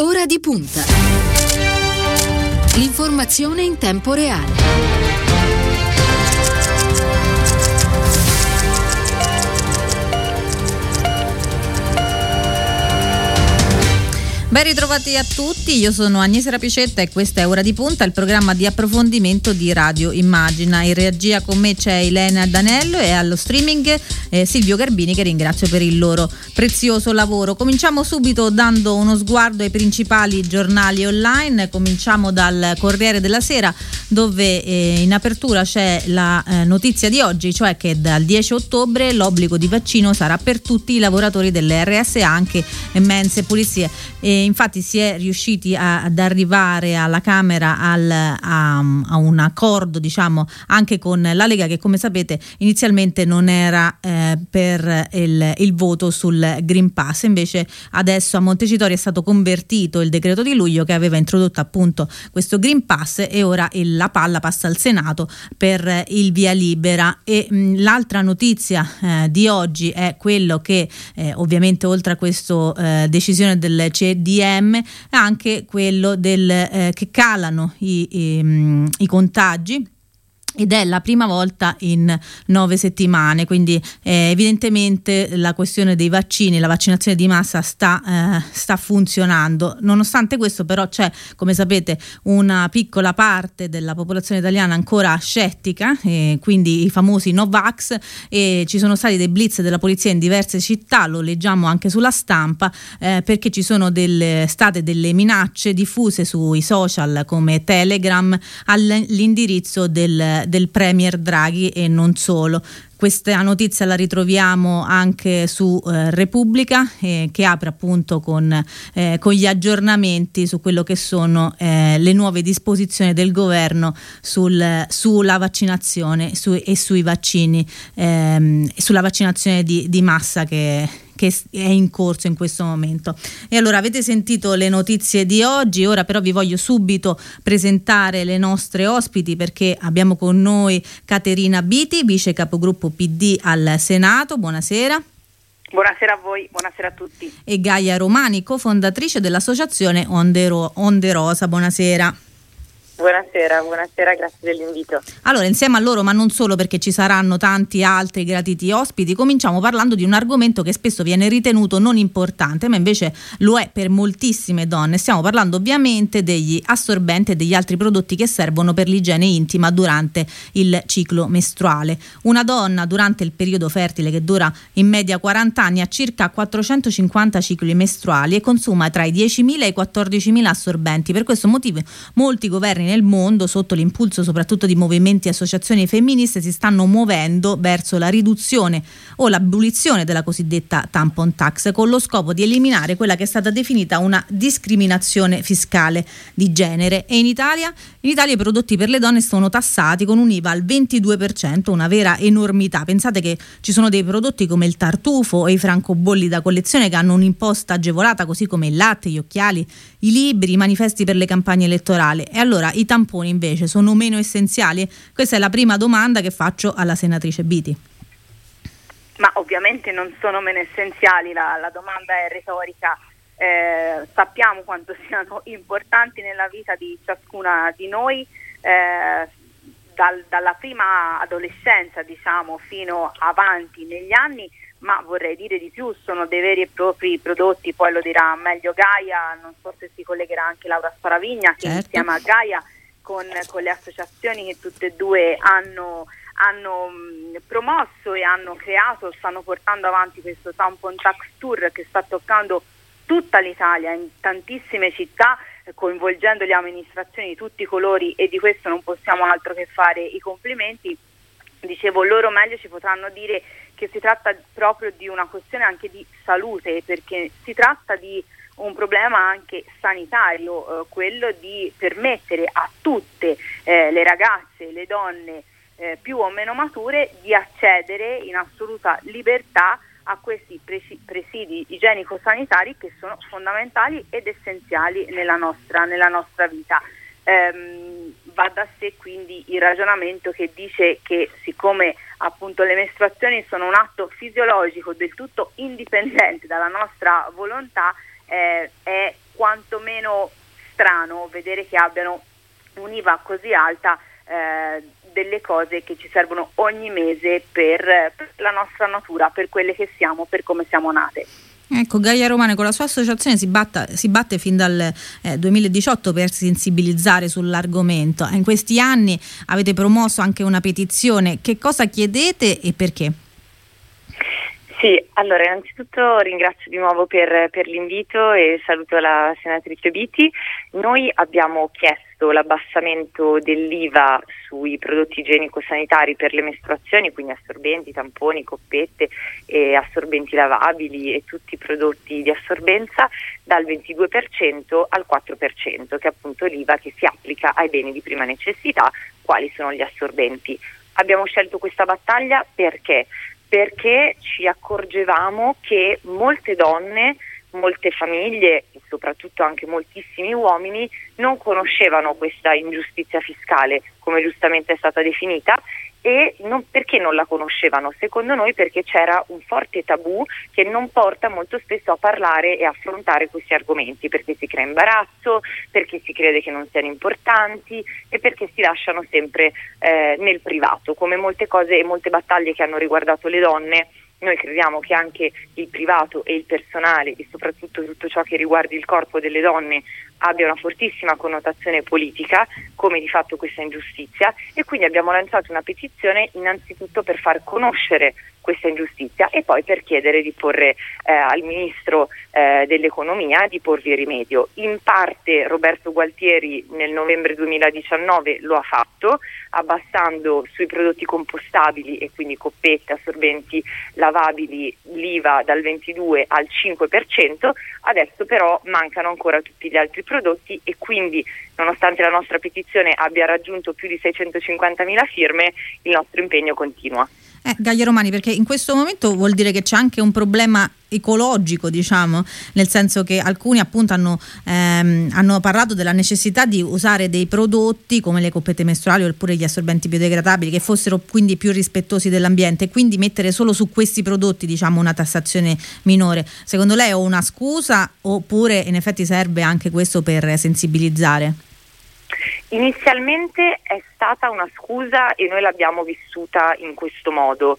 Ora di punta. L'informazione in tempo reale. Ben ritrovati a tutti, io sono Agnese Rapicetta e questa è Ora di Punta, il programma di approfondimento di Radio Immagina. In regia con me c'è Elena Danello e allo streaming Silvio Garbini, che ringrazio per il loro prezioso lavoro. Cominciamo subito dando uno sguardo ai principali giornali online. Cominciamo dal Corriere della Sera, dove in apertura c'è la notizia di oggi, cioè che dal 10 ottobre l'obbligo di vaccino sarà per tutti i lavoratori delle RSA, anche mense e pulizie. Infatti si è riusciti ad arrivare alla Camera a un accordo, diciamo, anche con la Lega, che come sapete inizialmente non era per il voto sul Green Pass. Invece adesso a Montecitorio è stato convertito il decreto di luglio che aveva introdotto appunto questo Green Pass, e ora la palla passa al Senato per il via libera. E l'altra notizia di oggi è quello che ovviamente, oltre a questa decisione del CDM, anche quello che calano i contagi, ed è la prima volta in 9 settimane, quindi evidentemente la questione dei vaccini, la vaccinazione di massa sta funzionando. Nonostante questo però c'è, come sapete, una piccola parte della popolazione italiana ancora scettica, quindi i famosi Novax, e ci sono stati dei blitz della polizia in diverse città, lo leggiamo anche sulla stampa, perché ci sono state delle minacce diffuse sui social come Telegram all'indirizzo del Premier Draghi e non solo. Questa notizia la ritroviamo anche su Repubblica, che apre appunto con gli aggiornamenti su quello che sono le nuove disposizioni del governo sulla vaccinazione e sui vaccini, sulla vaccinazione di massa che è in corso in questo momento. E allora avete sentito le notizie di oggi, ora però vi voglio subito presentare le nostre ospiti, perché abbiamo con noi Caterina Biti, vice capogruppo PD al Senato. Buonasera. Buonasera a voi, buonasera a tutti. E Gaia Romani, cofondatrice dell'associazione Onde Rosa. Buonasera. Buonasera, grazie dell'invito. Allora, insieme a loro, ma non solo, perché ci saranno tanti altri graditi ospiti, cominciamo parlando di un argomento che spesso viene ritenuto non importante, ma invece lo è per moltissime donne. Stiamo parlando ovviamente degli assorbenti e degli altri prodotti che servono per l'igiene intima durante il ciclo mestruale. Una donna durante il periodo fertile, che dura in media 40 anni, ha circa 450 cicli mestruali e consuma tra i 10.000 e i 14.000 assorbenti. Per questo motivo molti governi nel mondo, sotto l'impulso soprattutto di movimenti e associazioni femministe, si stanno muovendo verso la riduzione o l'abolizione della cosiddetta tampon tax, con lo scopo di eliminare quella che è stata definita una discriminazione fiscale di genere. E in Italia i prodotti per le donne sono tassati con un IVA al 22%, una vera enormità. Pensate che ci sono dei prodotti come il tartufo e i francobolli da collezione che hanno un'imposta agevolata, così come il latte, gli occhiali, i libri, i manifesti per le campagne elettorali. E allora i tamponi invece sono meno essenziali? Questa è la prima domanda che faccio alla senatrice Biti. Ma ovviamente non sono meno essenziali, la domanda è retorica. Sappiamo quanto siano importanti nella vita di ciascuna di noi, dalla prima adolescenza, diciamo, fino avanti negli anni, ma vorrei dire di più, sono dei veri e propri prodotti. Poi lo dirà meglio Gaia, non so se si collegherà anche Laura Sparavigna, che certo, insieme a Gaia con le associazioni che tutte e due hanno promosso e hanno creato, stanno portando avanti questo Tampon Tax Tour che sta toccando tutta l'Italia, in tantissime città, coinvolgendo le amministrazioni di tutti i colori, e di questo non possiamo altro che fare i complimenti. Dicevo, loro meglio ci potranno dire che si tratta proprio di una questione anche di salute, perché si tratta di un problema anche sanitario, quello di permettere a tutte le ragazze, le donne più o meno mature di accedere in assoluta libertà a questi presidi igienico-sanitari che sono fondamentali ed essenziali nella nostra vita. Va da sé quindi il ragionamento che dice che, siccome appunto le mestruazioni sono un atto fisiologico del tutto indipendente dalla nostra volontà, è quantomeno strano vedere che abbiano un'IVA così alta delle cose che ci servono ogni mese per la nostra natura, per quelle che siamo, per come siamo nate. Ecco, Gaia Romane con la sua associazione si batte fin dal 2018 per sensibilizzare sull'argomento. In questi anni avete promosso anche una petizione. Che cosa chiedete e perché? Sì, allora innanzitutto ringrazio di nuovo per l'invito e saluto la senatrice Biti. Noi abbiamo chiesto l'abbassamento dell'IVA sui prodotti igienico-sanitari per le mestruazioni, quindi assorbenti, tamponi, coppette, assorbenti lavabili e tutti i prodotti di assorbenza, dal 22% al 4%, che è appunto l'IVA che si applica ai beni di prima necessità, quali sono gli assorbenti. Abbiamo scelto questa battaglia perché ci accorgevamo che molte donne, molte famiglie e soprattutto anche moltissimi uomini non conoscevano questa ingiustizia fiscale, come giustamente è stata definita, e perché non la conoscevano? Secondo noi perché c'era un forte tabù che non porta molto spesso a parlare e affrontare questi argomenti, perché si crea imbarazzo, perché si crede che non siano importanti e perché si lasciano sempre nel privato, come molte cose e molte battaglie che hanno riguardato le donne. Noi crediamo che anche il privato e il personale e soprattutto tutto ciò che riguarda il corpo delle donne abbia una fortissima connotazione politica, come di fatto questa ingiustizia, e quindi abbiamo lanciato una petizione innanzitutto per far conoscere questa ingiustizia e poi per chiedere di porre al Ministro dell'Economia di porvi rimedio. In parte Roberto Gualtieri nel novembre 2019 lo ha fatto, abbassando sui prodotti compostabili e quindi coppette, assorbenti lavabili l'IVA dal 22 al 5%, adesso però mancano ancora tutti gli altri prodotti e quindi nonostante la nostra petizione abbia raggiunto più di 650.000 firme, il nostro impegno continua. Gaia Romani, perché in questo momento vuol dire che c'è anche un problema ecologico, diciamo, nel senso che alcuni appunto hanno parlato della necessità di usare dei prodotti come le coppette mestruali oppure gli assorbenti biodegradabili che fossero quindi più rispettosi dell'ambiente e quindi mettere solo su questi prodotti, diciamo, una tassazione minore. Secondo lei è una scusa oppure in effetti serve anche questo per sensibilizzare? Inizialmente è stata una scusa e noi l'abbiamo vissuta in questo modo,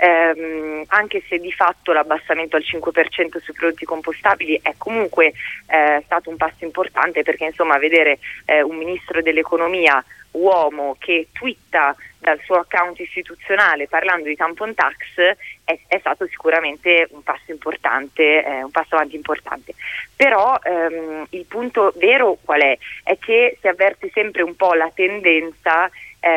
anche se di fatto l'abbassamento al 5% sui prodotti compostabili è comunque stato un passo importante, perché insomma vedere un ministro dell'economia uomo che twitta dal suo account istituzionale parlando di tampon tax è stato sicuramente un passo importante, un passo avanti importante. Però il punto vero qual è? È che si avverte sempre un po' la tendenza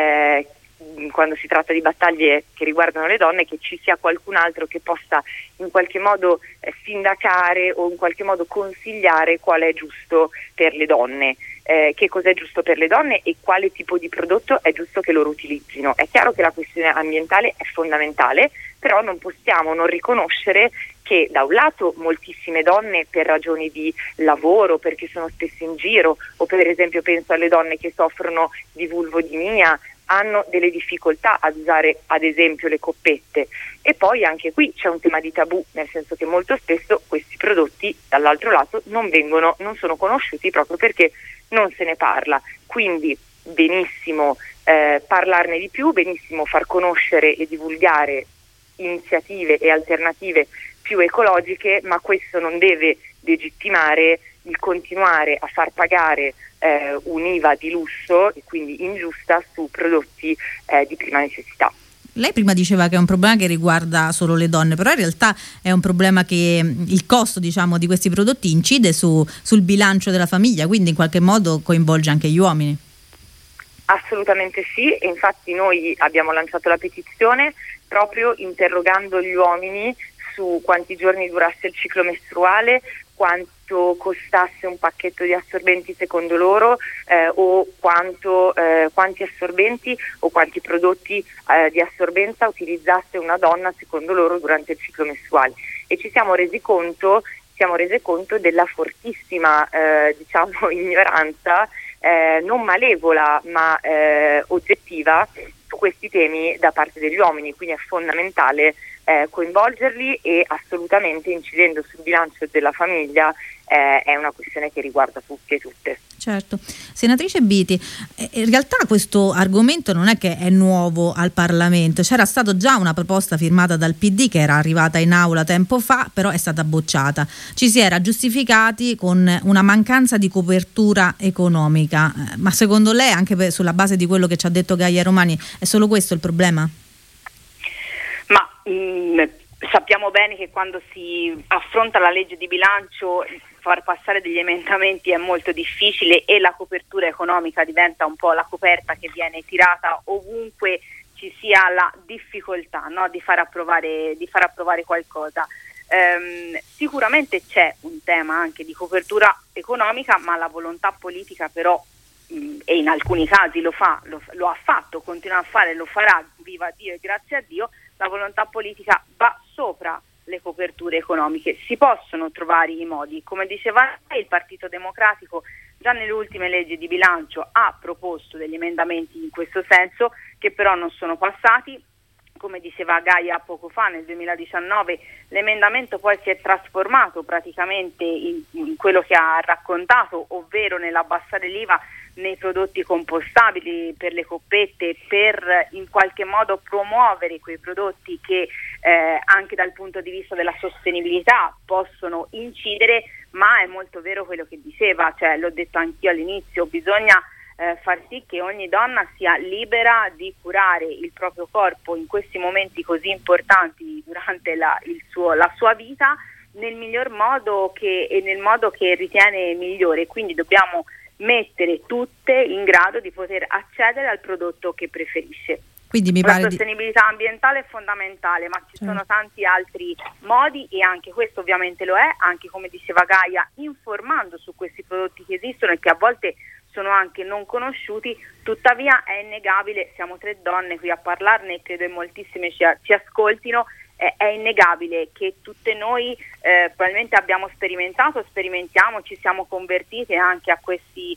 quando si tratta di battaglie che riguardano le donne, che ci sia qualcun altro che possa in qualche modo sindacare o in qualche modo consigliare qual è giusto per le donne, che cos'è giusto per le donne e quale tipo di prodotto è giusto che loro utilizzino. È chiaro che la questione ambientale è fondamentale, però non possiamo non riconoscere che da un lato moltissime donne per ragioni di lavoro, perché sono spesso in giro, o per esempio penso alle donne che soffrono di vulvodinia, hanno delle difficoltà ad usare ad esempio le coppette, e poi anche qui c'è un tema di tabù, nel senso che molto spesso questi prodotti dall'altro lato non sono conosciuti proprio perché non se ne parla. Quindi benissimo parlarne di più, benissimo far conoscere e divulgare iniziative e alternative più ecologiche, ma questo non deve legittimare il continuare a far pagare un'IVA di lusso e quindi ingiusta su prodotti di prima necessità. Lei prima diceva che è un problema che riguarda solo le donne, però in realtà è un problema che il costo, diciamo, di questi prodotti incide sul bilancio della famiglia, quindi in qualche modo coinvolge anche gli uomini. Assolutamente sì, e infatti noi abbiamo lanciato la petizione proprio interrogando gli uomini su quanti giorni durasse il ciclo mestruale, quanto costasse un pacchetto di assorbenti secondo loro, o quanti assorbenti o quanti prodotti di assorbenza utilizzasse una donna secondo loro durante il ciclo mestruale, e ci siamo resi conto della fortissima ignoranza, non malevola ma oggettiva, su questi temi da parte degli uomini. Quindi è fondamentale coinvolgerli e assolutamente, incidendo sul bilancio della famiglia, è una questione che riguarda tutti e tutte. Certo. Senatrice Biti, in realtà questo argomento non è che è nuovo al Parlamento, c'era stata già una proposta firmata dal PD che era arrivata in aula tempo fa, però è stata bocciata. Ci si era giustificati con una mancanza di copertura economica, ma secondo lei, anche sulla base di quello che ci ha detto Gaia Romani, è solo questo il problema? Ma sappiamo bene che quando si affronta la legge di bilancio far passare degli emendamenti è molto difficile e la copertura economica diventa un po' la coperta che viene tirata ovunque ci sia la difficoltà, no, di far approvare qualcosa. Sicuramente c'è un tema anche di copertura economica, ma la volontà politica però, e in alcuni casi lo ha fatto, continua a fare, lo farà, viva Dio e grazie a Dio, la volontà politica va sopra le coperture economiche. Si possono trovare i modi, come diceva il Partito Democratico già nelle ultime leggi di bilancio ha proposto degli emendamenti in questo senso che però non sono passati. Come diceva Gaia poco fa, nel 2019 l'emendamento poi si è trasformato praticamente in quello che ha raccontato, ovvero nell'abbassare l'IVA nei prodotti compostabili per le coppette, per in qualche modo promuovere quei prodotti che anche dal punto di vista della sostenibilità possono incidere, ma è molto vero quello che diceva, cioè l'ho detto anch'io all'inizio, bisogna far sì che ogni donna sia libera di curare il proprio corpo in questi momenti così importanti durante la sua vita nel miglior modo e nel modo che ritiene migliore, quindi dobbiamo mettere tutte in grado di poter accedere al prodotto che preferisce. Quindi la sostenibilità ambientale è fondamentale, ma ci sono tanti altri modi e anche questo ovviamente lo è, anche come diceva Gaia, informando su questi prodotti che esistono e che a volte sono anche non conosciuti, tuttavia è innegabile, siamo 3 donne qui a parlarne e credo che moltissime ci ascoltino, è innegabile che tutte noi probabilmente abbiamo sperimentiamo, ci siamo convertite anche a questi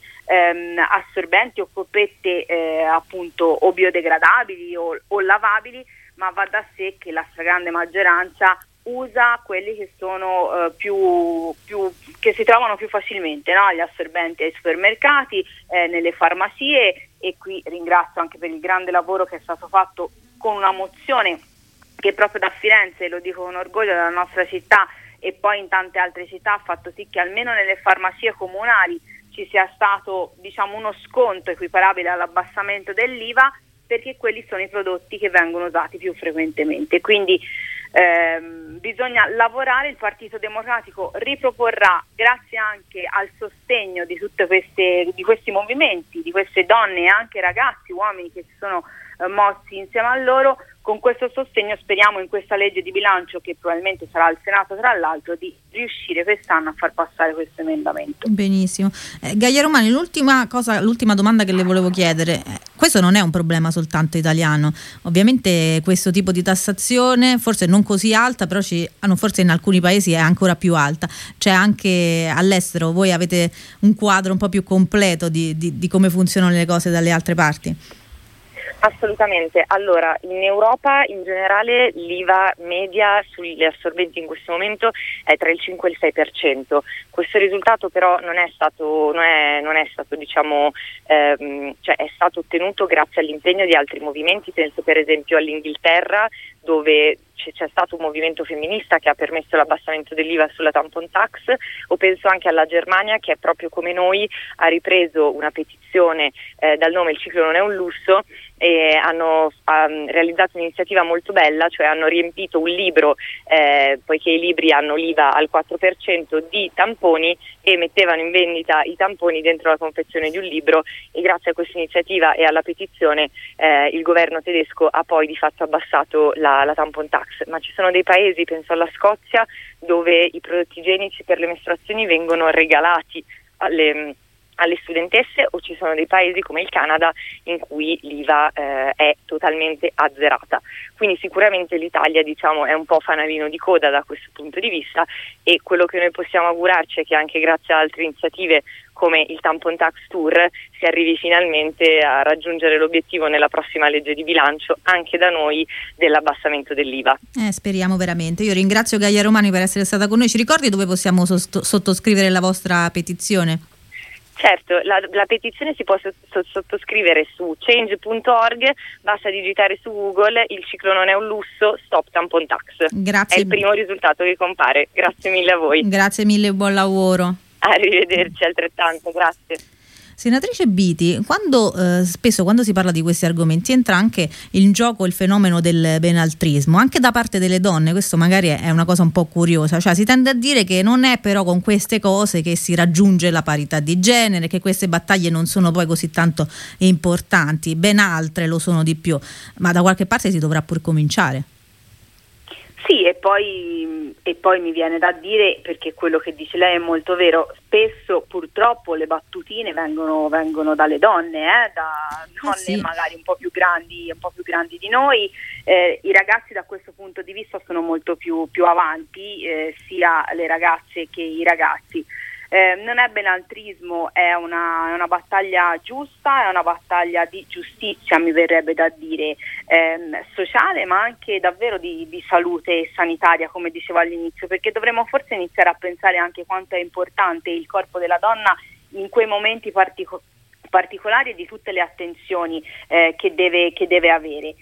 assorbenti o coppette appunto o biodegradabili o lavabili, ma va da sé che la stragrande maggioranza usa quelli che sono più che si trovano più facilmente, no? Gli assorbenti ai supermercati, nelle farmacie, e qui ringrazio anche per il grande lavoro che è stato fatto con una mozione che proprio da Firenze, lo dico con orgoglio, della nostra città e poi in tante altre città ha fatto sì che almeno nelle farmacie comunali ci sia stato, diciamo, uno sconto equiparabile all'abbassamento dell'IVA, perché quelli sono i prodotti che vengono usati più frequentemente. Quindi bisogna lavorare, il Partito Democratico riproporrà, grazie anche al sostegno di questi movimenti, di queste donne e anche ragazzi, uomini che si sono mossi insieme a loro. Con questo sostegno speriamo in questa legge di bilancio, che probabilmente sarà al Senato tra l'altro, di riuscire quest'anno a far passare questo emendamento. Benissimo. Gaia Romani, l'ultima domanda che le volevo chiedere, questo non è un problema soltanto italiano, ovviamente questo tipo di tassazione forse non così alta, però forse in alcuni paesi è ancora più alta, c'è anche all'estero, voi avete un quadro un po' più completo di come funzionano le cose dalle altre parti? Assolutamente. Allora, in Europa in generale l'IVA media sugli assorbenti in questo momento è tra il 5 e il 6%. Questo risultato però non è stato diciamo, cioè è stato ottenuto grazie all'impegno di altri movimenti. Penso per esempio all'Inghilterra, dove c'è stato un movimento femminista che ha permesso l'abbassamento dell'IVA sulla tampon tax, o penso anche alla Germania, che proprio come noi ha ripreso una petizione dal nome Il ciclo non è un lusso, e hanno realizzato un'iniziativa molto bella, cioè hanno riempito un libro, poiché i libri hanno l'IVA al 4%, di tamponi, e mettevano in vendita i tamponi dentro la confezione di un libro, e grazie a questa iniziativa e alla petizione il governo tedesco ha poi di fatto abbassato la tampon tax. Ma ci sono dei paesi, penso alla Scozia, dove i prodotti igienici per le mestruazioni vengono regalati alle studentesse, o ci sono dei paesi come il Canada in cui l'IVA è totalmente azzerata. Quindi sicuramente l'Italia, diciamo, è un po' fanalino di coda da questo punto di vista, e quello che noi possiamo augurarci è che anche grazie a altre iniziative come il Tampon Tax Tour si arrivi finalmente a raggiungere l'obiettivo nella prossima legge di bilancio anche da noi dell'abbassamento dell'IVA. Speriamo veramente. Io ringrazio Gaia Romani per essere stata con noi. Ci ricordi dove possiamo sottoscrivere la vostra petizione? Certo, la petizione si può sottoscrivere su change.org, basta digitare su Google "il ciclo non è un lusso, stop tampon tax". Grazie. È il primo risultato che compare. Grazie mille a voi. Grazie mille, buon lavoro. Arrivederci, altrettanto, grazie. Senatrice Biti, spesso quando si parla di questi argomenti entra anche in gioco il fenomeno del benaltrismo, anche da parte delle donne. Questo magari è una cosa un po' curiosa, cioè si tende a dire che non è però con queste cose che si raggiunge la parità di genere, che queste battaglie non sono poi così tanto importanti, ben altre lo sono di più, ma da qualche parte si dovrà pur cominciare. Sì, e poi mi viene da dire, perché quello che dice lei è molto vero, spesso purtroppo le battutine vengono dalle donne, da donne sì, magari un po' più grandi di noi. I ragazzi da questo punto di vista sono molto più avanti, sia le ragazze che i ragazzi. Non è benaltrismo, è una battaglia giusta, è una battaglia di giustizia, mi verrebbe da dire, sociale, ma anche davvero di salute sanitaria, come dicevo all'inizio, perché dovremmo forse iniziare a pensare anche quanto è importante il corpo della donna in quei momenti particolari e di tutte le attenzioni che deve avere.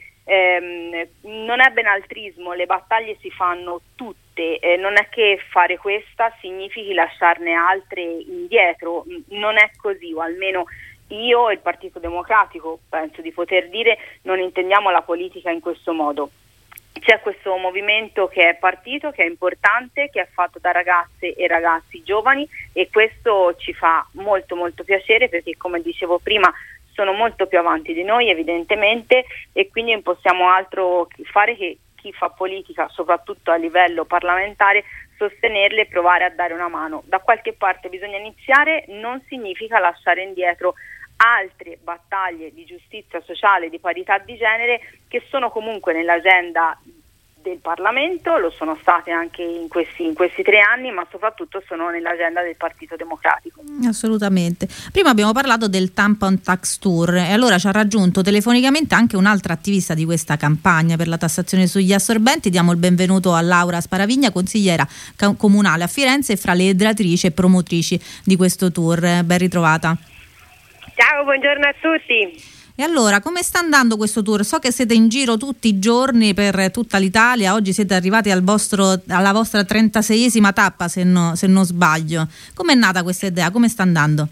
Non è benaltrismo, le battaglie si fanno tutte, non è che fare questa significhi lasciarne altre indietro, non è così, o almeno io e il Partito Democratico penso di poter dire non intendiamo la politica in questo modo. C'è questo movimento che è partito, che è importante, che è fatto da ragazze e ragazzi giovani, e questo ci fa molto molto piacere, perché come dicevo prima sono molto più avanti di noi evidentemente, e quindi non possiamo altro fare che chi fa politica, soprattutto a livello parlamentare, sostenerle e provare a dare una mano. Da qualche parte bisogna iniziare, non significa lasciare indietro altre battaglie di giustizia sociale, di parità di genere, che sono comunque nell'agenda del Parlamento, lo sono state anche in questi 3 anni, ma soprattutto sono nell'agenda del Partito Democratico. Assolutamente. Prima abbiamo parlato del Tampon Tax Tour, e allora ci ha raggiunto telefonicamente anche un'altra attivista di questa campagna per la tassazione sugli assorbenti. Diamo il benvenuto a Laura Sparavigna, consigliera comunale a Firenze e fra le idratrici e promotrici di questo tour. Ben ritrovata. Ciao, buongiorno a tutti. E allora, come sta andando questo tour? So che siete in giro tutti i giorni per tutta l'Italia, oggi siete arrivati alla vostra 36esima tappa, se non sbaglio. Com'è nata questa idea? Come sta andando?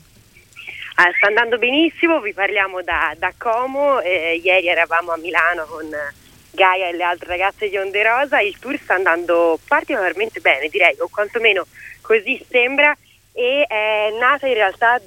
Sta andando benissimo, vi parliamo da Como, ieri eravamo a Milano con Gaia e le altre ragazze di Onde Rosa. Il tour sta andando particolarmente bene, direi, o quantomeno così sembra, e è nata in realtà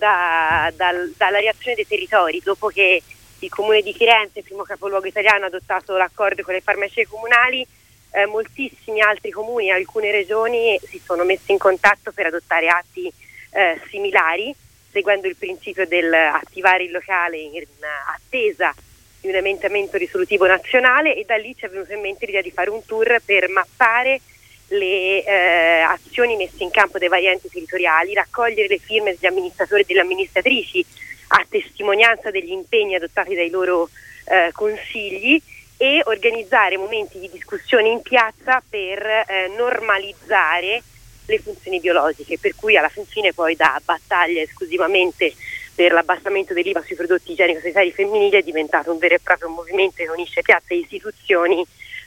dalla reazione dei territori, dopo che il Comune di Firenze, il primo capoluogo italiano, ha adottato l'accordo con le farmacie comunali. Moltissimi altri comuni e alcune regioni si sono messi in contatto per adottare atti similari, seguendo il principio del attivare il locale in attesa di un emendamento risolutivo nazionale, e da lì ci è venuta in mente l'idea di fare un tour per mappare le azioni messe in campo dai vari enti territoriali, raccogliere le firme degli amministratori e delle amministratrici a testimonianza degli impegni adottati dai loro consigli, e organizzare momenti di discussione in piazza per normalizzare le funzioni biologiche, per cui alla fine poi da battaglia esclusivamente per l'abbassamento dell'IVA sui prodotti igienico-sanitari femminili è diventato un vero e proprio movimento che unisce piazza e istituzioni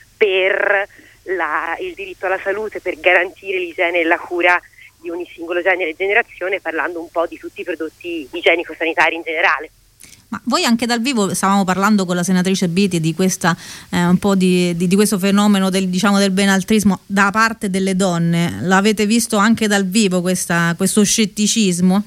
per il diritto alla salute, per garantire l'igiene e la cura di ogni singolo genere e generazione, parlando un po' di tutti i prodotti igienico-sanitari in generale. Ma voi anche dal vivo, stavamo parlando con la senatrice Biti di questa un po' di questo fenomeno del benaltrismo da parte delle donne. L'avete visto anche dal vivo questo scetticismo?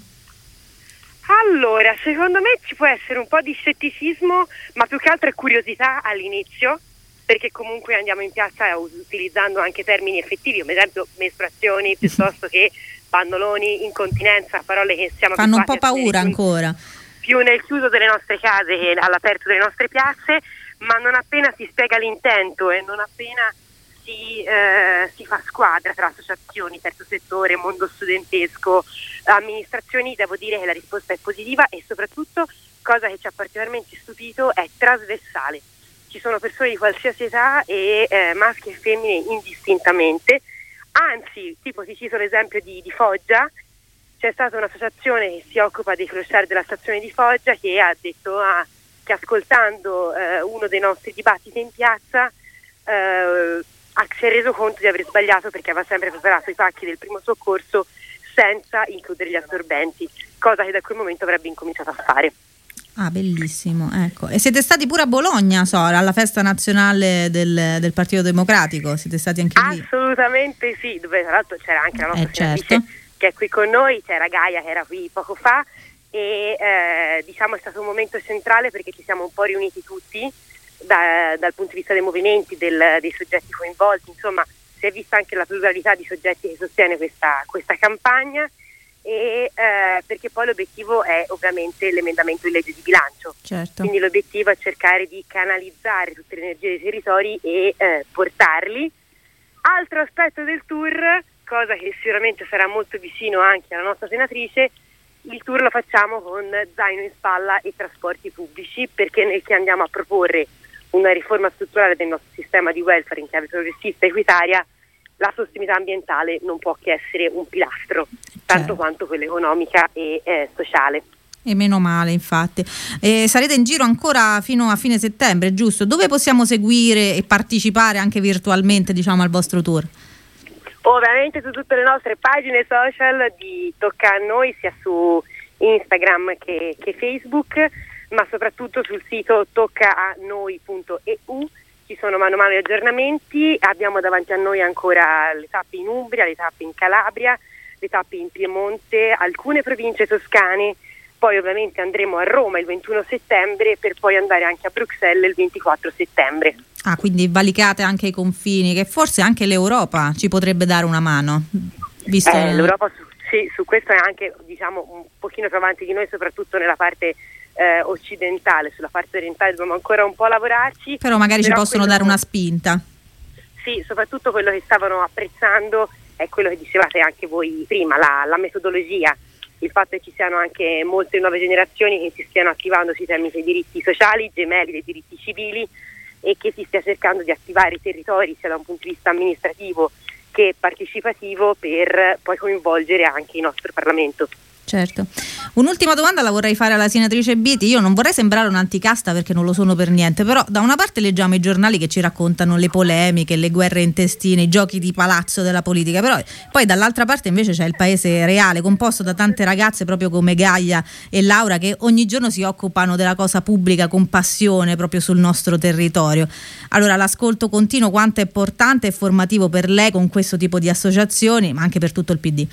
Allora, secondo me ci può essere un po' di scetticismo, ma più che altro è curiosità all'inizio, perché comunque andiamo in piazza utilizzando anche termini effettivi, come ad esempio mestruazioni piuttosto che pannoloni, incontinenza, parole che stiamo fanno un po' paura ancora. Più nel chiuso delle nostre case che all'aperto delle nostre piazze, ma non appena si spiega l'intento e non appena si fa squadra tra associazioni, terzo settore, mondo studentesco, amministrazioni, devo dire che la risposta è positiva e soprattutto, cosa che ci ha particolarmente stupito, è trasversale. Ci sono persone di qualsiasi età e maschi e femmine indistintamente, anzi, tipo ti cito l'esempio di Foggia. C'è stata un'associazione che si occupa dei clochard della stazione di Foggia che ha detto che ascoltando uno dei nostri dibattiti in piazza si è reso conto di aver sbagliato perché aveva sempre preparato i pacchi del primo soccorso senza includere gli assorbenti, cosa che da quel momento avrebbe incominciato a fare. Ah, bellissimo, ecco. E siete stati pure a Bologna, Sora, alla festa nazionale del Partito Democratico? Siete stati anche lì? Assolutamente sì, dove tra l'altro c'era anche la nostra senatrice che è qui con noi, c'era Gaia che era qui poco fa e diciamo è stato un momento centrale perché ci siamo un po' riuniti tutti dal punto di vista dei movimenti, dei soggetti coinvolti, insomma si è vista anche la pluralità di soggetti che sostiene questa campagna e perché poi l'obiettivo è ovviamente l'emendamento in legge di bilancio, certo. Quindi l'obiettivo è cercare di canalizzare tutte le energie dei territori e portarli. Altro aspetto del tour, cosa che sicuramente sarà molto vicino anche alla nostra senatrice, il tour lo facciamo con zaino in spalla e trasporti pubblici, perché nel che andiamo a proporre una riforma strutturale del nostro sistema di welfare in chiave progressista e equitaria, la sostenibilità ambientale non può che essere un pilastro, tanto quanto quella economica e sociale. E meno male, infatti. Sarete in giro ancora fino a fine settembre, giusto? Dove possiamo seguire e partecipare anche virtualmente, diciamo, al vostro tour? Ovviamente su tutte le nostre pagine social di Tocca a Noi, sia su Instagram che Facebook, ma soprattutto sul sito toccaanoi.eu. Ci sono mano a mano gli aggiornamenti, abbiamo davanti a noi ancora le tappe in Umbria, le tappe in Calabria, le tappe in Piemonte, alcune province toscane, poi ovviamente andremo a Roma il 21 settembre per poi andare anche a Bruxelles il 24 settembre. Ah, quindi valicate anche i confini, che forse anche l'Europa ci potrebbe dare una mano. Visto l'Europa su questo è anche, diciamo, un pochino più avanti di noi, soprattutto nella parte occidentale. Sulla parte orientale dobbiamo ancora un po' lavorarci. Però magari ci possono dare una spinta. Sì, soprattutto quello che stavano apprezzando è quello che dicevate anche voi prima, la metodologia, il fatto che ci siano anche molte nuove generazioni che si stiano attivando sui temi dei diritti sociali, gemelli dei diritti civili, e che si stia cercando di attivare i territori sia da un punto di vista amministrativo che partecipativo per poi coinvolgere anche il nostro Parlamento. Certo. Un'ultima domanda la vorrei fare alla senatrice Biti. Io non vorrei sembrare un'anticasta perché non lo sono per niente, però da una parte leggiamo i giornali che ci raccontano le polemiche, le guerre intestine, i giochi di palazzo della politica, però poi dall'altra parte invece c'è il paese reale, composto da tante ragazze proprio come Gaia e Laura, che ogni giorno si occupano della cosa pubblica con passione proprio sul nostro territorio. Allora, l'ascolto continuo quanto è importante e formativo per lei con questo tipo di associazioni, ma anche per tutto il PD.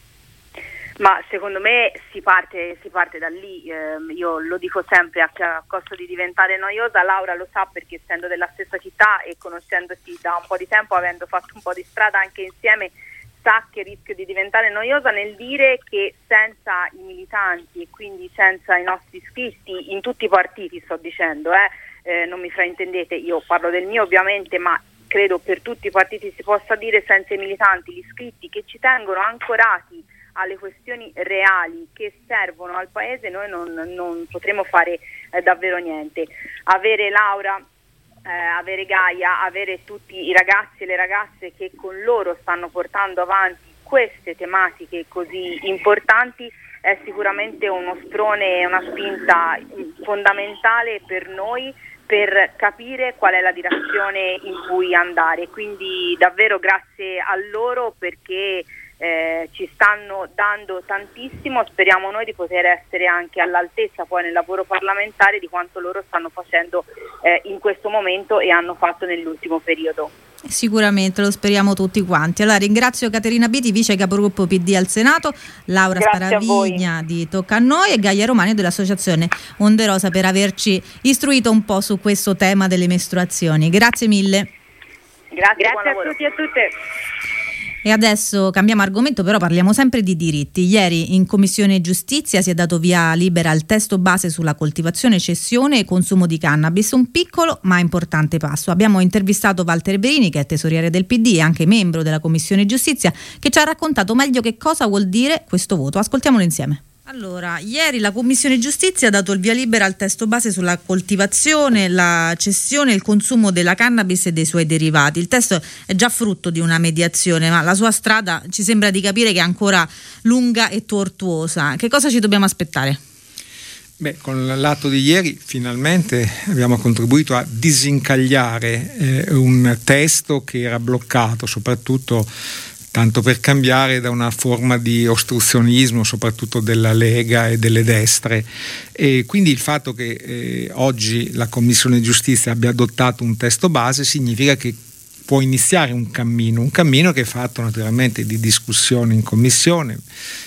Ma secondo me si parte da lì, io lo dico sempre a costo di diventare noiosa. Laura lo sa perché essendo della stessa città e conoscendoci da un po' di tempo, avendo fatto un po' di strada anche insieme, sa che rischio di diventare noiosa nel dire che senza i militanti e quindi senza i nostri iscritti in tutti i partiti, sto dicendo, non mi fraintendete, io parlo del mio ovviamente, ma credo per tutti i partiti si possa dire, senza i militanti, gli iscritti che ci tengono ancorati alle questioni reali che servono al paese, noi non potremo fare davvero niente. Avere Laura, avere Gaia, avere tutti i ragazzi e le ragazze che con loro stanno portando avanti queste tematiche così importanti è sicuramente uno sprone e una spinta fondamentale per noi per capire qual è la direzione in cui andare. Quindi davvero grazie a loro perché ci stanno dando tantissimo, speriamo noi di poter essere anche all'altezza poi nel lavoro parlamentare di quanto loro stanno facendo in questo momento e hanno fatto nell'ultimo periodo. Sicuramente, lo speriamo tutti quanti. Allora ringrazio Caterina Biti, vice capogruppo PD al Senato, Laura Staravigna di Tocca a Noi e Gaia Romani dell'associazione Onde Rosa per averci istruito un po' su questo tema delle mestruazioni. Grazie mille. Grazie a tutti e a tutte. E adesso cambiamo argomento, però parliamo sempre di diritti. Ieri in Commissione Giustizia si è dato via libera al testo base sulla coltivazione, cessione e consumo di cannabis, un piccolo ma importante passo. Abbiamo intervistato Walter Verini, che è tesoriere del PD e anche membro della Commissione Giustizia, che ci ha raccontato meglio che cosa vuol dire questo voto. Ascoltiamolo insieme. Allora, ieri la Commissione Giustizia ha dato il via libera al testo base sulla coltivazione, la cessione e il consumo della cannabis e dei suoi derivati. Il testo è già frutto di una mediazione, ma la sua strada ci sembra di capire che è ancora lunga e tortuosa. Che cosa ci dobbiamo aspettare? Con l'atto di ieri finalmente abbiamo contribuito a disincagliare un testo che era bloccato, soprattutto tanto per cambiare, da una forma di ostruzionismo soprattutto della Lega e delle destre, e quindi il fatto che oggi la Commissione Giustizia abbia adottato un testo base significa che può iniziare un cammino che è fatto naturalmente di discussione in Commissione,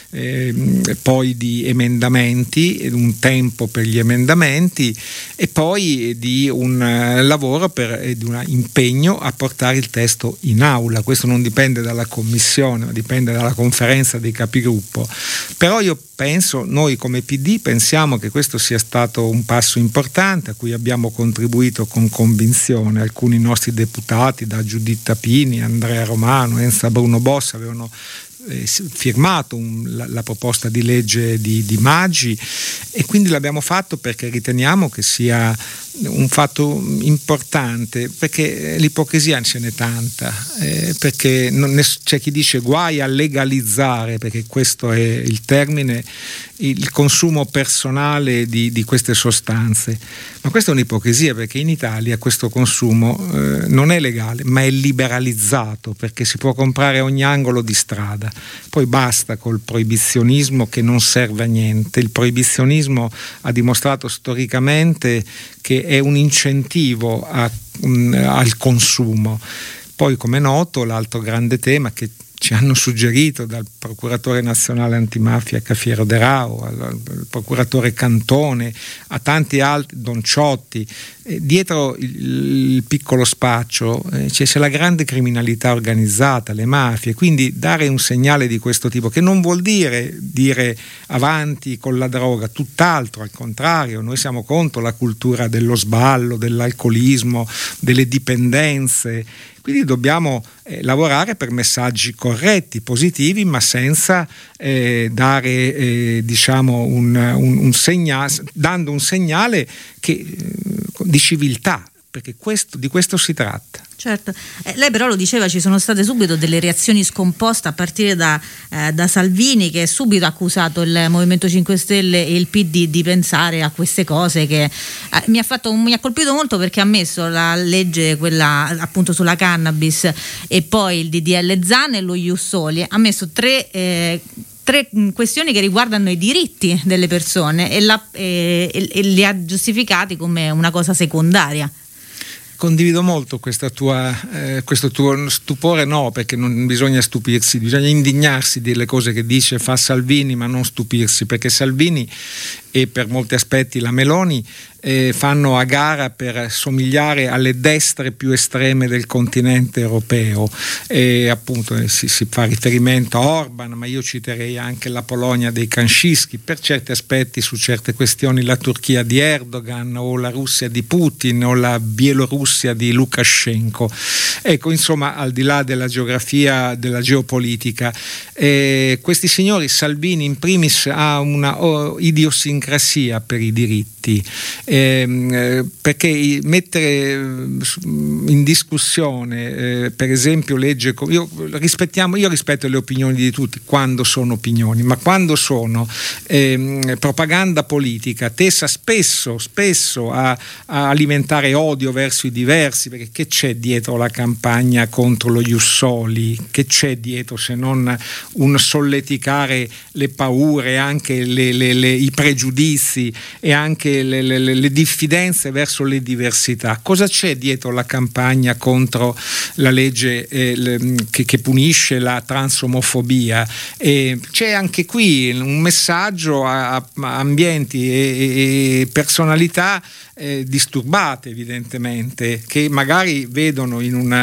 poi di emendamenti, un tempo per gli emendamenti e poi di un lavoro di un impegno a portare il testo in aula. Questo non dipende dalla Commissione, ma dipende dalla conferenza dei capigruppo. Però noi come PD pensiamo che questo sia stato un passo importante a cui abbiamo contribuito con convinzione. Alcuni nostri deputati, da Giuditta Pini, Andrea Romano, Enza Bruno Bossa, avevano firmato la proposta di legge di Maggi, e quindi l'abbiamo fatto perché riteniamo che sia un fatto importante, perché l'ipocrisia ce n'è tanta, perché c'è chi dice guai a legalizzare, perché questo è il termine, il consumo personale di queste sostanze, ma questa è un'ipocrisia, perché in Italia questo consumo non è legale ma è liberalizzato, perché si può comprare a ogni angolo di strada. Poi basta col proibizionismo che non serve a niente. Il proibizionismo ha dimostrato storicamente che è un incentivo al consumo. Poi, come è noto, l'altro grande tema che ci hanno suggerito, dal procuratore nazionale antimafia Cafiero De Rao al procuratore Cantone a tanti altri, Don Ciotti, dietro il piccolo spaccio c'è la grande criminalità organizzata, le mafie. Quindi dare un segnale di questo tipo, che non vuol dire avanti con la droga, tutt'altro, al contrario, noi siamo contro la cultura dello sballo, dell'alcolismo, delle dipendenze. Quindi dobbiamo lavorare per messaggi corretti, positivi, ma senza dare un segnale, dando un segnale di civiltà, perché di questo si tratta. Certo, lei però lo diceva, ci sono state subito delle reazioni scomposte a partire da Salvini, che subito ha accusato il Movimento 5 Stelle e il PD di pensare a queste cose, che mi ha colpito molto, perché ha messo la legge, quella appunto sulla cannabis, e poi il DDL Zan e lo Ius Soli, ha messo tre questioni che riguardano i diritti delle persone e li ha giustificati come una cosa secondaria. Condivido molto questo tuo stupore, no, perché non bisogna stupirsi, bisogna indignarsi delle cose che dice e fa Salvini, ma non stupirsi, perché Salvini e per molti aspetti la Meloni fanno a gara per somigliare alle destre più estreme del continente europeo, e appunto si fa riferimento a Orban, ma io citerei anche la Polonia dei Kaczynski, per certi aspetti, su certe questioni la Turchia di Erdogan, o la Russia di Putin, o la Bielorussia di Lukashenko. Ecco, insomma, al di là della geografia, della geopolitica, questi signori, Salvini in primis, ha una idiosincrasia per i diritti, perché mettere in discussione per esempio legge, io rispetto le opinioni di tutti quando sono opinioni, ma quando sono propaganda politica tesa spesso a alimentare odio verso i diversi, perché che c'è dietro la campagna contro lo Ius Soli? Che c'è dietro se non un solleticare le paure, anche i pregiudizi pregiudizi e anche le diffidenze verso le diversità. Cosa c'è dietro la campagna contro la legge che punisce la transomofobia? C'è anche qui un messaggio a ambienti e personalità disturbate, evidentemente, che magari vedono in una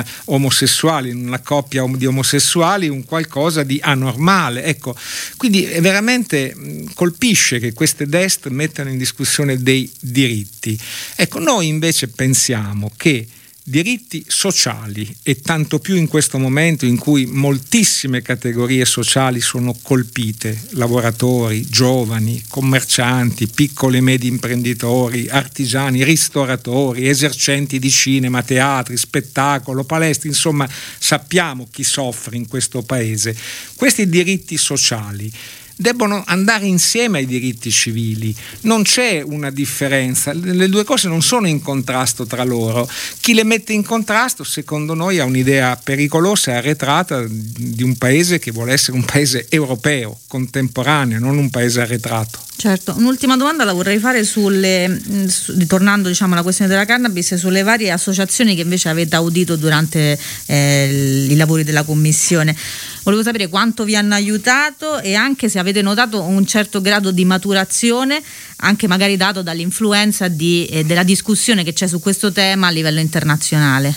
coppia di omosessuali un qualcosa di anormale. Ecco, quindi veramente colpisce che queste destre mettano in discussione dei diritti. Ecco, noi invece pensiamo che diritti sociali, e tanto più in questo momento in cui moltissime categorie sociali sono colpite, lavoratori, giovani, commercianti, piccoli e medi imprenditori, artigiani, ristoratori, esercenti di cinema, teatri, spettacolo, palestre, insomma sappiamo chi soffre in questo paese. Questi diritti sociali debbono andare insieme ai diritti civili, non c'è una differenza, le due cose non sono in contrasto tra loro. Chi le mette in contrasto, secondo noi, ha un'idea pericolosa e arretrata di un paese che vuole essere un paese europeo, contemporaneo, non un paese arretrato. Certo, un'ultima domanda la vorrei fare ritornando alla questione della cannabis, sulle varie associazioni che invece avete audito durante i lavori della commissione. Volevo sapere quanto vi hanno aiutato e anche se avete notato un certo grado di maturazione, anche magari dato dall'influenza della discussione che c'è su questo tema a livello internazionale.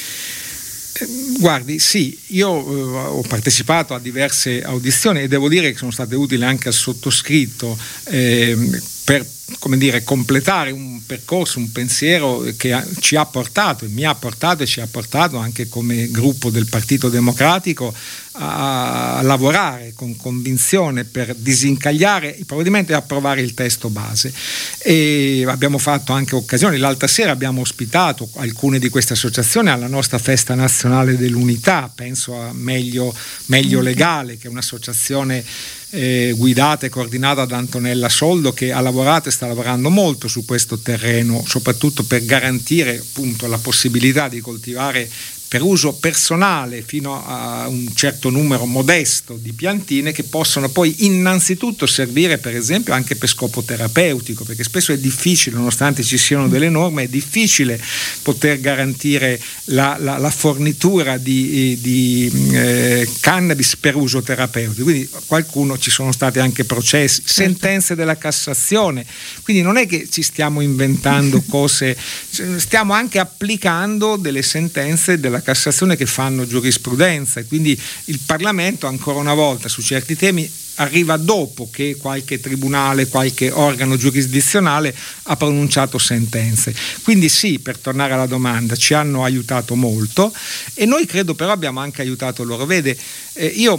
Guardi, sì, io ho partecipato a diverse audizioni e devo dire che sono state utili anche al sottoscritto per completare un percorso, un pensiero che ci ha portato e mi ha portato e ci ha portato anche come gruppo del Partito Democratico a lavorare con convinzione per disincagliare i provvedimenti e approvare il testo base. E abbiamo fatto anche occasioni, l'altra sera abbiamo ospitato alcune di queste associazioni alla nostra festa nazionale dell'unità, penso a Meglio Legale, che è un'associazione guidata e coordinata da Antonella Soldo, che ha lavorato e sta lavorando molto su questo terreno, soprattutto per garantire appunto la possibilità di coltivare per uso personale fino a un certo numero modesto di piantine che possono poi innanzitutto servire per esempio anche per scopo terapeutico, perché spesso è difficile, nonostante ci siano delle norme, è difficile poter garantire la fornitura di cannabis per uso terapeutico. Quindi ci sono stati anche processi, sentenze della Cassazione, quindi non è che ci stiamo inventando cose, stiamo anche applicando delle sentenze della Cassazione che fanno giurisprudenza, e quindi il Parlamento ancora una volta su certi temi arriva dopo che qualche tribunale, qualche organo giurisdizionale ha pronunciato sentenze. Quindi sì, per tornare alla domanda, ci hanno aiutato molto e noi credo però abbiamo anche aiutato loro. Vede, io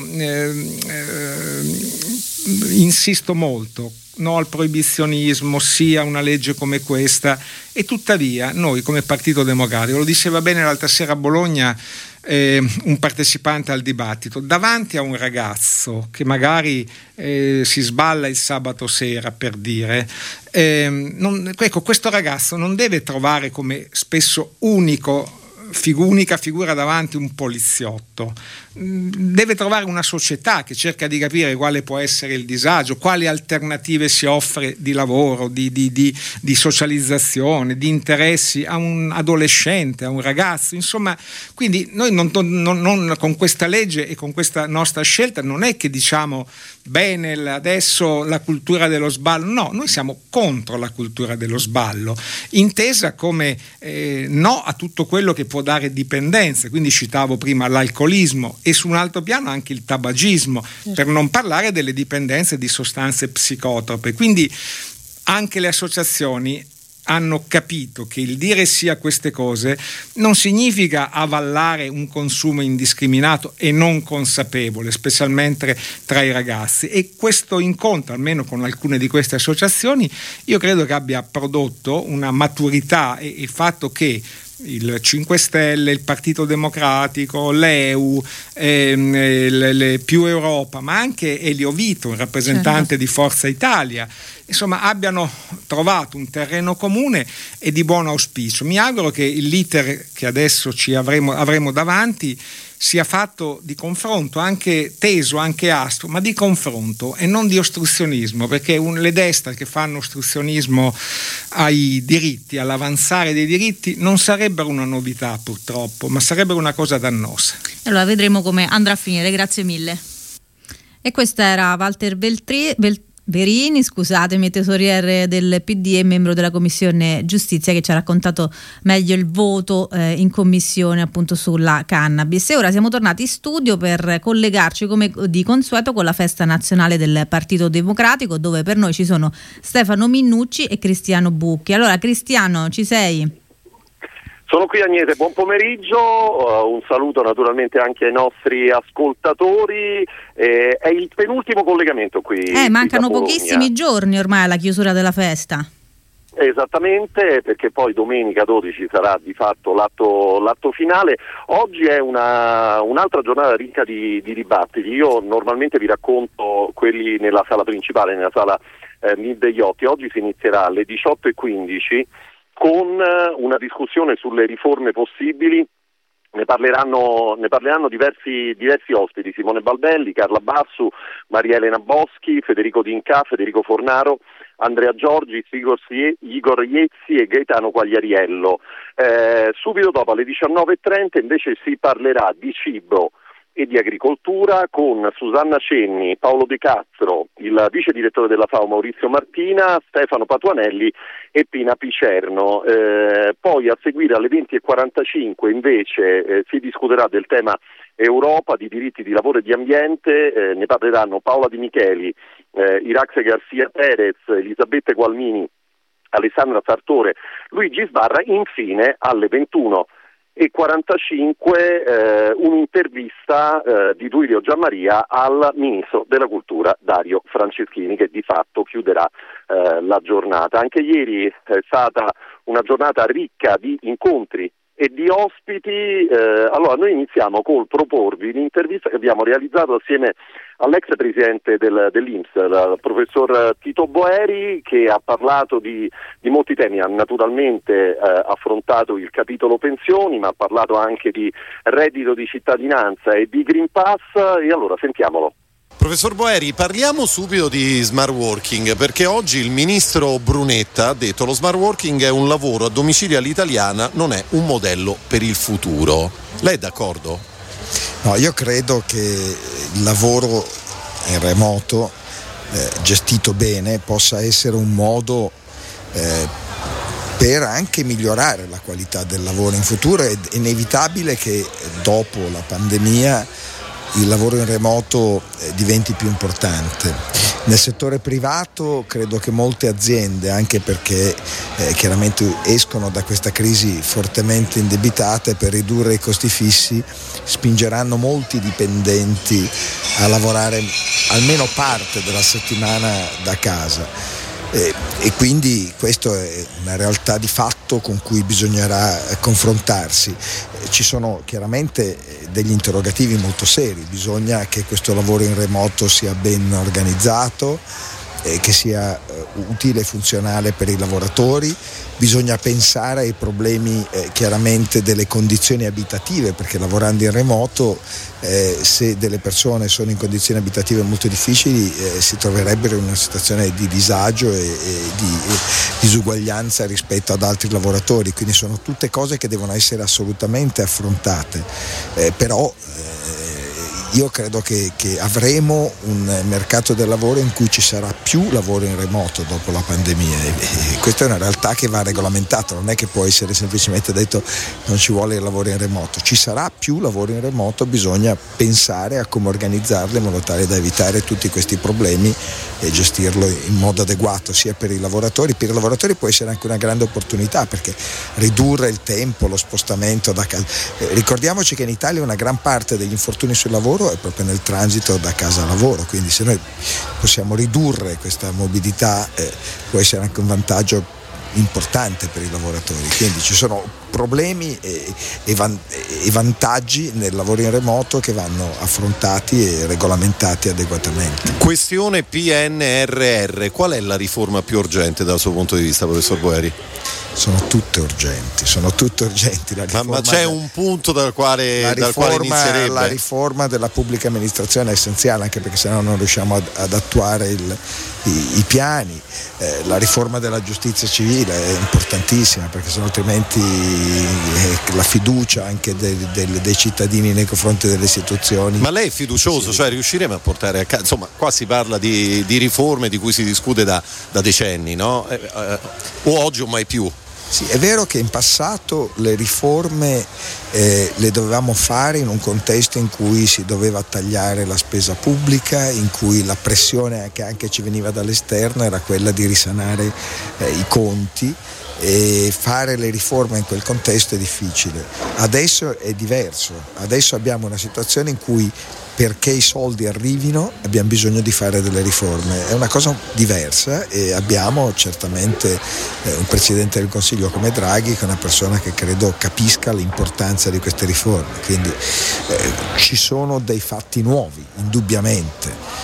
insisto molto, no al proibizionismo, sì a una legge come questa, e tuttavia noi come Partito Democratico, lo diceva bene l'altra sera a Bologna un partecipante al dibattito, davanti a un ragazzo che magari si sballa il sabato sera, per dire, questo ragazzo non deve trovare come spesso unica figura davanti un poliziotto, deve trovare una società che cerca di capire quale può essere il disagio, quali alternative si offre di lavoro, di socializzazione, di interessi a un adolescente, a un ragazzo, insomma. Quindi noi non con questa legge e con questa nostra scelta non è che diciamo bene adesso la cultura dello sballo, no, noi siamo contro la cultura dello sballo, intesa come no a tutto quello che può dare dipendenza. Quindi citavo prima l'alcolismo e su un altro piano anche il tabagismo, per non parlare delle dipendenze di sostanze psicotrope. Quindi anche le associazioni hanno capito che il dire sì a queste cose non significa avallare un consumo indiscriminato e non consapevole, specialmente tra i ragazzi, e questo incontro, almeno con alcune di queste associazioni, io credo che abbia prodotto una maturità, e il fatto che il 5 Stelle, il Partito Democratico, l'EU, più Europa, ma anche Elio Vito, un rappresentante di Forza Italia, insomma abbiano trovato un terreno comune e di buon auspicio. Mi auguro che l'iter che adesso avremo davanti sia fatto di confronto, anche teso, anche aspro, ma di confronto e non di ostruzionismo, perché le destre che fanno ostruzionismo ai diritti, all'avanzare dei diritti, non sarebbero una novità purtroppo, ma sarebbero una cosa dannosa. Allora vedremo come andrà a finire, grazie mille. E questo era Walter Verini, scusatemi, tesoriere del PD e membro della Commissione Giustizia, che ci ha raccontato meglio il voto in commissione appunto sulla cannabis. E ora siamo tornati in studio per collegarci come di consueto con la festa nazionale del Partito Democratico, dove per noi ci sono Stefano Minnucci e Cristiano Bucchi. Allora Cristiano, ci sei? Sono qui, Agnese, buon pomeriggio, un saluto naturalmente anche ai nostri ascoltatori, è il penultimo collegamento qui. Mancano pochissimi giorni ormai alla chiusura della festa. Esattamente, perché poi domenica 12 sarà di fatto l'atto finale. Oggi è un'altra giornata ricca di dibattiti. Io normalmente vi racconto quelli nella sala principale, nella sala Nid degli Otti. Oggi si inizierà alle 18:15 con una discussione sulle riforme possibili. Ne parleranno diversi ospiti: Simone Balbelli, Carla Bassu, Maria Elena Boschi, Federico D'Inca, Federico Fornaro, Andrea Giorgi, Igor Iezzi e Gaetano Quagliariello. Subito dopo, alle 19:30, invece si parlerà di cibo e di agricoltura con Susanna Cenni, Paolo De Castro, il vice direttore della FAO Maurizio Martina, Stefano Patuanelli e Pina Picerno. Poi a seguire alle 20:45 invece si discuterà del tema Europa, di diritti di lavoro e di ambiente, ne parleranno Paola Di Micheli, Iraxe Garcia Perez, Elisabetta Gualmini, Alessandra Sartore, Luigi Sbarra. Infine alle 21:45 un'intervista di Duilio Giammaria al Ministro della Cultura Dario Franceschini, che di fatto chiuderà la giornata. Anche ieri è stata una giornata ricca di incontri e di ospiti. Allora noi iniziamo col proporvi l'intervista che abbiamo realizzato assieme all'ex presidente dell'INPS, il professor Tito Boeri, che ha parlato di molti temi. Ha naturalmente affrontato il capitolo pensioni, ma ha parlato anche di reddito di cittadinanza e di Green Pass, e allora sentiamolo. Professor Boeri, parliamo subito di smart working, perché oggi il ministro Brunetta ha detto lo smart working è un lavoro a domicilio all'italiana, non è un modello per il futuro. Lei è d'accordo? No, io credo che il lavoro in remoto gestito bene possa essere un modo per anche migliorare la qualità del lavoro in futuro. È inevitabile che dopo la pandemia il lavoro in remoto diventi più importante. Nel settore privato credo che molte aziende, anche perché chiaramente escono da questa crisi fortemente indebitate, per ridurre i costi fissi spingeranno molti dipendenti a lavorare almeno parte della settimana da casa. E quindi questa è una realtà di fatto con cui bisognerà confrontarsi. Ci sono chiaramente degli interrogativi molto seri. Bisogna che questo lavoro in remoto sia ben organizzato, che sia utile e funzionale per i lavoratori. Bisogna pensare ai problemi chiaramente delle condizioni abitative, perché lavorando in remoto se delle persone sono in condizioni abitative molto difficili si troverebbero in una situazione di disagio e di disuguaglianza rispetto ad altri lavoratori, quindi sono tutte cose che devono essere assolutamente affrontate, però io credo che avremo un mercato del lavoro in cui ci sarà più lavoro in remoto dopo la pandemia, e questa è una realtà che va regolamentata, non è che può essere semplicemente detto non ci vuole il lavoro in remoto. Ci sarà più lavoro in remoto, bisogna pensare a come organizzarlo in modo tale da evitare tutti questi problemi e gestirlo in modo adeguato sia per i lavoratori. Per i lavoratori può essere anche una grande opportunità, perché ridurre il tempo, lo spostamento da casa. Ricordiamoci che in Italia una gran parte degli infortuni sul lavoro è proprio nel transito da casa a lavoro, quindi se noi possiamo ridurre questa mobilità può essere anche un vantaggio importante per i lavoratori. Quindi ci sono problemi e vantaggi nel lavoro in remoto che vanno affrontati e regolamentati adeguatamente. Questione PNRR, qual è la riforma più urgente dal suo punto di vista, professor Boeri? sono tutte urgenti. Ma c'è un punto dal quale inizierebbe? La riforma della pubblica amministrazione è essenziale, anche perché sennò non riusciamo ad attuare i piani. La riforma della giustizia civile è importantissima, perché sennò altrimenti la fiducia anche dei cittadini nei confronti delle istituzioni. Ma lei è fiducioso? Sì. Cioè riusciremo a portare a casa? Insomma, qua si parla di riforme di cui si discute da decenni, no? O oggi o mai più? Sì, è vero che in passato le riforme le dovevamo fare in un contesto in cui si doveva tagliare la spesa pubblica, in cui la pressione che anche ci veniva dall'esterno era quella di risanare i conti, e fare le riforme in quel contesto è difficile. Adesso è diverso, adesso abbiamo una situazione in cui, perché i soldi arrivino, abbiamo bisogno di fare delle riforme. È una cosa diversa, e abbiamo certamente un Presidente del Consiglio come Draghi, che è una persona che credo capisca l'importanza di queste riforme. Quindi ci sono dei fatti nuovi, indubbiamente.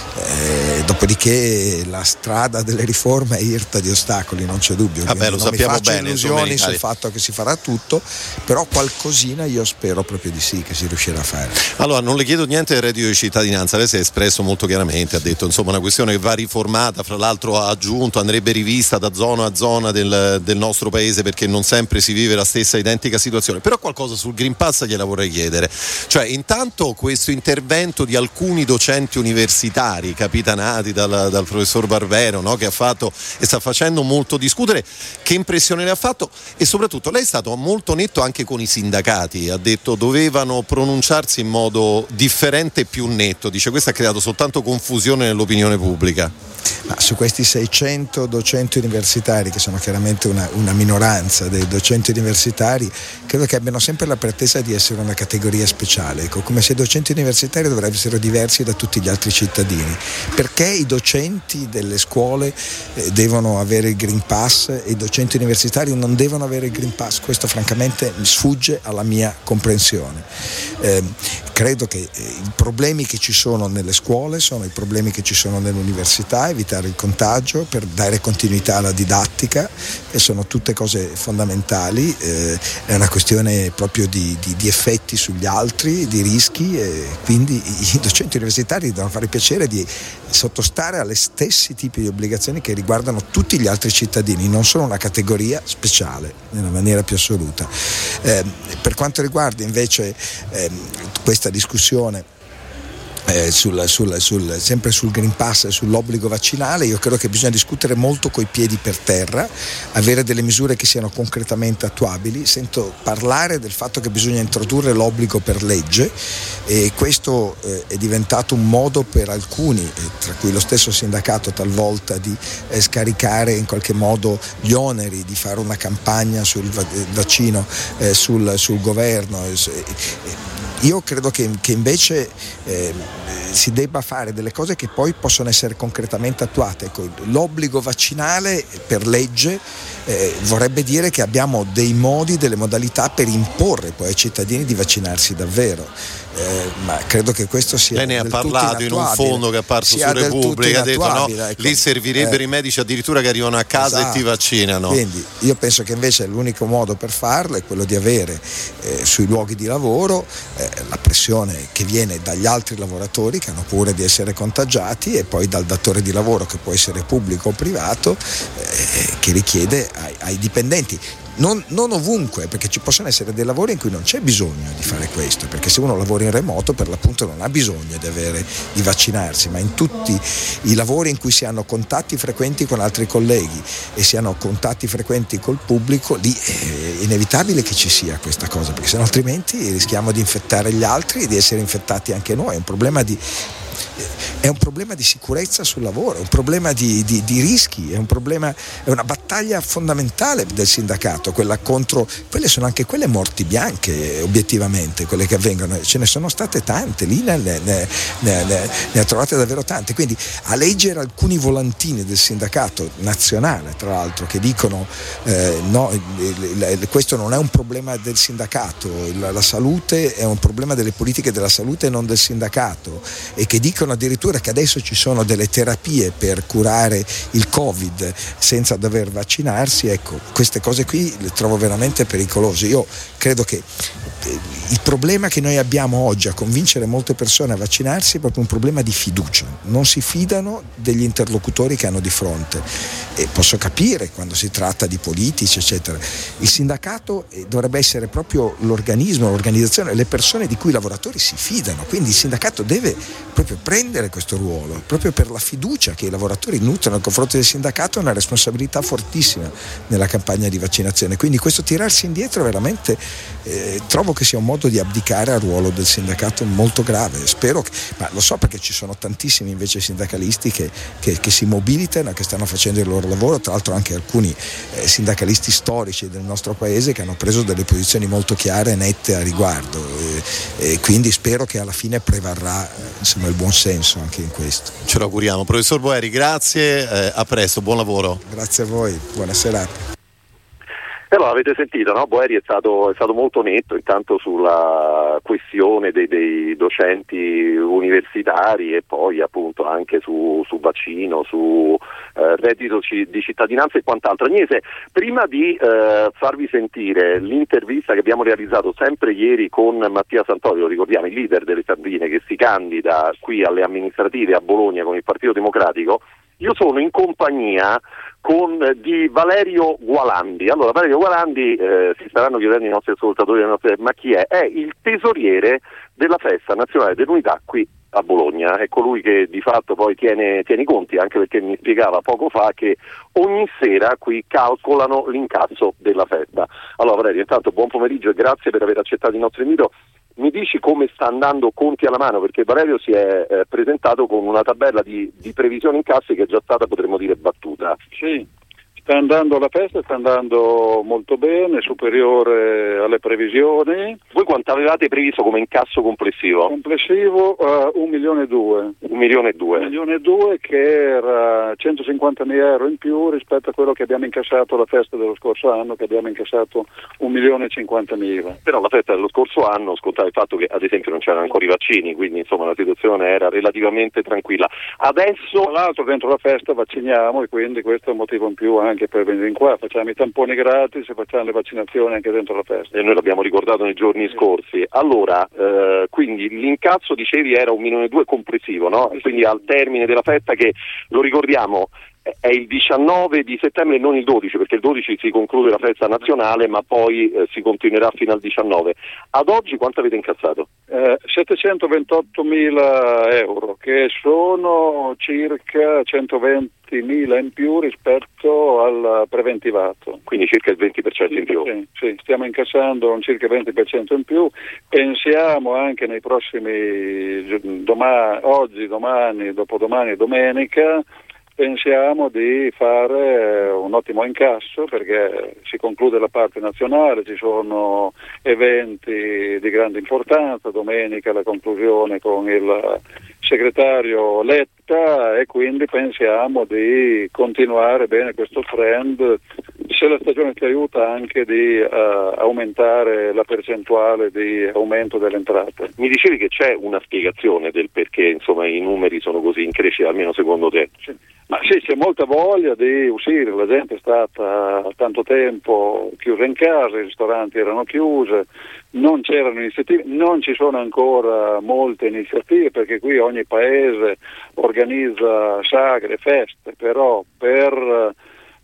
Dopodiché la strada delle riforme è irta di ostacoli, non c'è dubbio. Vabbè, lo sappiamo bene, illusioni sul fatto che si farà tutto, però qualcosina io spero proprio di sì che si riuscirà a fare. Allora, non le chiedo niente del reddito di cittadinanza, lei si è espresso molto chiaramente, ha detto insomma una questione che va riformata, fra l'altro ha aggiunto andrebbe rivista da zona a zona del nostro paese, perché non sempre si vive la stessa identica situazione. Però qualcosa sul Green Pass gliela vorrei chiedere, cioè intanto questo intervento di alcuni docenti universitari capitanati dal professor Barbero, no? Che ha fatto e sta facendo molto discutere, che impressione le ha fatto? E soprattutto lei è stato molto netto anche con i sindacati, ha detto dovevano pronunciarsi in modo differente e più netto, dice questo ha creato soltanto confusione nell'opinione pubblica. Ma su questi 600 docenti universitari, che sono chiaramente una minoranza dei docenti universitari, credo che abbiano sempre la pretesa di essere una categoria speciale, ecco, come se i docenti universitari dovrebbero essere diversi da tutti gli altri cittadini. Perché i docenti delle scuole devono avere il Green Pass e i docenti universitari non devono avere il Green Pass? Questo francamente sfugge alla mia comprensione. Credo che i problemi che ci sono nelle scuole sono i problemi che ci sono nell'università, evitare il contagio per dare continuità alla didattica, e sono tutte cose fondamentali. È una questione proprio di effetti sugli altri, di rischi, e quindi i docenti universitari devono fare piacere di sottostare alle stessi tipi di obbligazioni che riguardano tutti gli altri cittadini, non solo una categoria speciale nella maniera più assoluta. Per quanto riguarda invece questa discussione sempre sul Green Pass e sull'obbligo vaccinale, io credo che bisogna discutere molto coi piedi per terra, avere delle misure che siano concretamente attuabili. Sento parlare del fatto che bisogna introdurre l'obbligo per legge, e questo è diventato un modo per alcuni, tra cui lo stesso sindacato talvolta, di scaricare in qualche modo gli oneri di fare una campagna sul vaccino sul governo. Io credo che invece si debba fare delle cose che poi possono essere concretamente attuate. Ecco, l'obbligo vaccinale per legge vorrebbe dire che abbiamo dei modi, delle modalità per imporre poi ai cittadini di vaccinarsi davvero. Ma credo che questo sia. Lei ne ha parlato in un fondo che è apparso su Repubblica, ha detto no, ecco, lì servirebbero i medici addirittura che arrivano a casa, esatto, e ti vaccinano. Quindi io penso che invece l'unico modo per farlo è quello di avere sui luoghi di lavoro la pressione che viene dagli altri lavoratori che hanno paura di essere contagiati, e poi dal datore di lavoro, che può essere pubblico o privato, che richiede ai dipendenti. Non ovunque, perché ci possono essere dei lavori in cui non c'è bisogno di fare questo, perché se uno lavora in remoto per l'appunto non ha bisogno di vaccinarsi, ma in tutti i lavori in cui si hanno contatti frequenti con altri colleghi e si hanno contatti frequenti col pubblico, lì è inevitabile che ci sia questa cosa, perché sennò altrimenti rischiamo di infettare gli altri e di essere infettati anche noi. È un problema di sicurezza sul lavoro, è un problema di rischi, è una battaglia fondamentale del sindacato, quella contro, quelle sono anche quelle morti bianche obiettivamente, quelle che avvengono, ce ne sono state tante, lì ne ha trovate davvero tante, quindi a leggere alcuni volantini del sindacato nazionale, tra l'altro, che dicono no, questo non è un problema del sindacato, la salute è un problema delle politiche della salute e non del sindacato, e che dicono addirittura addirittura che adesso ci sono delle terapie per curare il Covid senza dover vaccinarsi, ecco, queste cose qui le trovo veramente pericolose. Io credo che il problema che noi abbiamo oggi a convincere molte persone a vaccinarsi è proprio un problema di fiducia, non si fidano degli interlocutori che hanno di fronte, e posso capire quando si tratta di politici eccetera. Il sindacato dovrebbe essere proprio l'organismo, l'organizzazione, le persone di cui i lavoratori si fidano, quindi il sindacato deve proprio prendere questo ruolo, proprio per la fiducia che i lavoratori nutrono nei confronti del sindacato, è una responsabilità fortissima nella campagna di vaccinazione, quindi questo tirarsi indietro veramente trovo che sia un modo di abdicare al ruolo del sindacato molto grave. Spero ma lo so perché ci sono tantissimi invece sindacalisti che si mobilitano, che stanno facendo il loro lavoro, tra l'altro anche alcuni sindacalisti storici del nostro paese che hanno preso delle posizioni molto chiare e nette a riguardo, e quindi spero che alla fine prevarrà insomma il buon senso anche in questo. Ce lo auguriamo. Professor Boeri, grazie, a presto, buon lavoro. Grazie a voi, buona serata. Allora, avete sentito, no? Boeri è stato molto netto intanto sulla questione dei docenti universitari e poi appunto anche su vaccino, su reddito di cittadinanza e quant'altro. Agnese, prima di farvi sentire l'intervista che abbiamo realizzato sempre ieri con Mattia Santoro, lo ricordiamo, il leader delle Sardine che si candida qui alle amministrative a Bologna con il Partito Democratico, io sono in compagnia di Valerio Gualandi. Allora, Valerio Gualandi, si staranno chiedendo i nostri ascoltatori, ma chi è? È il tesoriere della Festa Nazionale dell'Unità qui a Bologna, è colui che di fatto poi tiene i conti, anche perché mi spiegava poco fa che ogni sera qui calcolano l'incasso della festa. Allora Valerio, intanto buon pomeriggio e grazie per aver accettato il nostro invito. Mi dici come sta andando conti alla mano, perché Valerio si è presentato con una tabella di previsioni incassi che è già stata, potremmo dire, battuta. Sì, sta andando la festa, sta andando molto bene, superiore alle previsioni. Voi quanto avevate previsto come incasso complessivo? Complessivo 1,2 milioni. 1,2 milioni. 1,2 milioni che era 150.000 euro in più rispetto a quello che abbiamo incassato alla festa dello scorso anno, che abbiamo incassato 1.050.000. Però la festa dello scorso anno scontava il fatto che ad esempio non c'erano ancora i vaccini, quindi insomma la situazione era relativamente tranquilla. Adesso, tra l'altro, dentro la festa vacciniamo e quindi questo è un motivo in più anche per venire in qua, facciamo i tamponi gratis e facciamo le vaccinazioni anche dentro la festa. E noi l'abbiamo ricordato nei giorni scorsi. Allora, quindi l'incasso, dicevi, era 1,2 milioni complessivo, no? Quindi al termine della festa, che lo ricordiamo è il 19 di settembre e non il 12, perché il 12 si conclude la festa nazionale, ma poi si continuerà fino al 19. Ad oggi quanto avete incassato? 728.000 euro, che sono circa 120.000 in più rispetto al preventivato. Quindi circa il 20% in più? Sì, stiamo incassando un circa 20% in più. Pensiamo anche nei prossimi oggi, domani, dopodomani e domenica, pensiamo di fare un ottimo incasso, perché si conclude la parte nazionale, ci sono eventi di grande importanza, domenica la conclusione con il segretario Letta, e quindi pensiamo di continuare bene questo trend, se la stagione ci aiuta anche di aumentare la percentuale di aumento delle entrate. Mi dicevi che c'è una spiegazione del perché insomma i numeri sono così in crescita, almeno secondo te? Sì. Ma sì, c'è molta voglia di uscire, la gente è stata tanto tempo chiusa in casa, i ristoranti erano chiusi, non c'erano iniziative, non ci sono ancora molte iniziative, perché qui ogni paese organizza sagre, feste, però per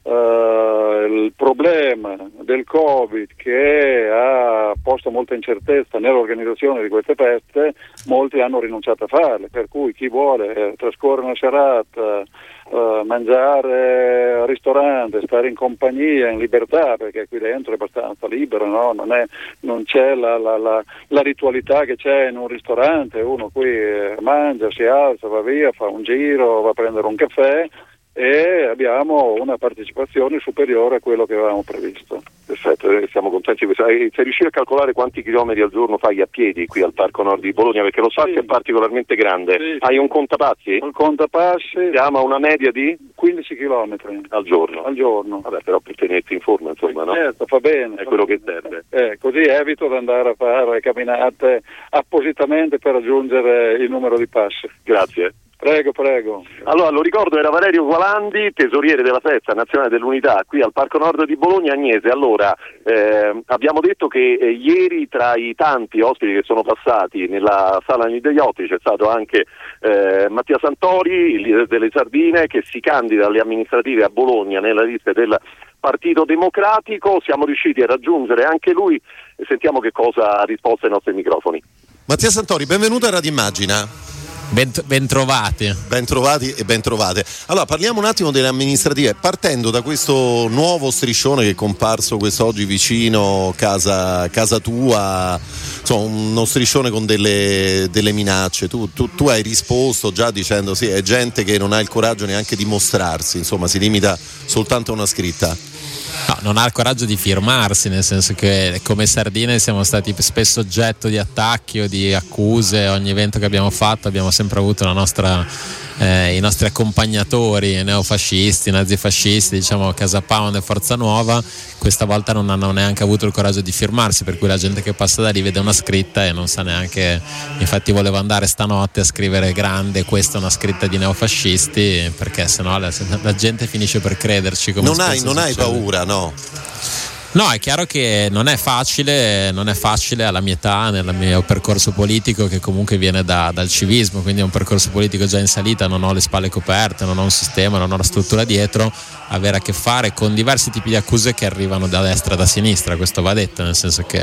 il problema del Covid, che ha posto molta incertezza nell'organizzazione di queste feste, molti hanno rinunciato a farle, per cui chi vuole trascorrere una serata, mangiare al ristorante, stare in compagnia, in libertà, perché qui dentro è abbastanza libero, no? Non c'è la ritualità che c'è in un ristorante, uno qui mangia, si alza, va via, fa un giro, va a prendere un caffè, e abbiamo una partecipazione superiore a quello che avevamo previsto. Perfetto, siamo contenti di questo. Sei riuscito a calcolare quanti chilometri al giorno fai a piedi qui al Parco Nord di Bologna? Perché lo spazio è particolarmente grande. Sì. Hai un contapassi? Il contapassi siamo a una media di 15 chilometri al giorno. Vabbè, però per tenerti in forma, insomma, no? Certo, fa bene. È quello che serve. Così evito di andare a fare camminate appositamente per raggiungere il numero di passi. Grazie. Prego. Allora, lo ricordo, era Valerio Gualandi, tesoriere della Festa Nazionale dell'Unità qui al Parco Nord di Bologna. Agnese, allora, abbiamo detto che ieri tra i tanti ospiti che sono passati nella sala degli ospiti c'è stato anche Mattia Santori, il leader delle Sardine, che si candida alle amministrative a Bologna nella lista del Partito Democratico. Siamo riusciti a raggiungere anche lui e sentiamo che cosa ha risposto ai nostri microfoni. Mattia Santori, benvenuto a Radio Immagina. Bentrovati e bentrovate. Allora, parliamo un attimo delle amministrative, partendo da questo nuovo striscione che è comparso quest'oggi vicino casa tua, insomma, uno striscione con delle minacce. Tu hai risposto già dicendo sì, è gente che non ha il coraggio neanche di mostrarsi, insomma, si limita soltanto a una scritta. No, non ha il coraggio di firmarsi, nel senso che come Sardine siamo stati spesso oggetto di attacchi o di accuse. Ogni evento che abbiamo fatto abbiamo sempre avuto i nostri accompagnatori neofascisti, nazifascisti, diciamo Casa Pound e Forza Nuova. Questa volta non hanno neanche avuto il coraggio di firmarsi, per cui la gente che passa da lì vede una scritta e non sa neanche. Infatti volevo andare stanotte a scrivere grande, questa è una scritta di neofascisti, perché sennò la gente finisce per crederci. Come non hai paura, no? No, è chiaro che non è facile alla mia età, nel mio percorso politico, che comunque viene dal civismo, quindi è un percorso politico già in salita, non ho le spalle coperte, non ho un sistema, non ho la struttura dietro, avere a che fare con diversi tipi di accuse che arrivano da destra e da sinistra, questo va detto, nel senso che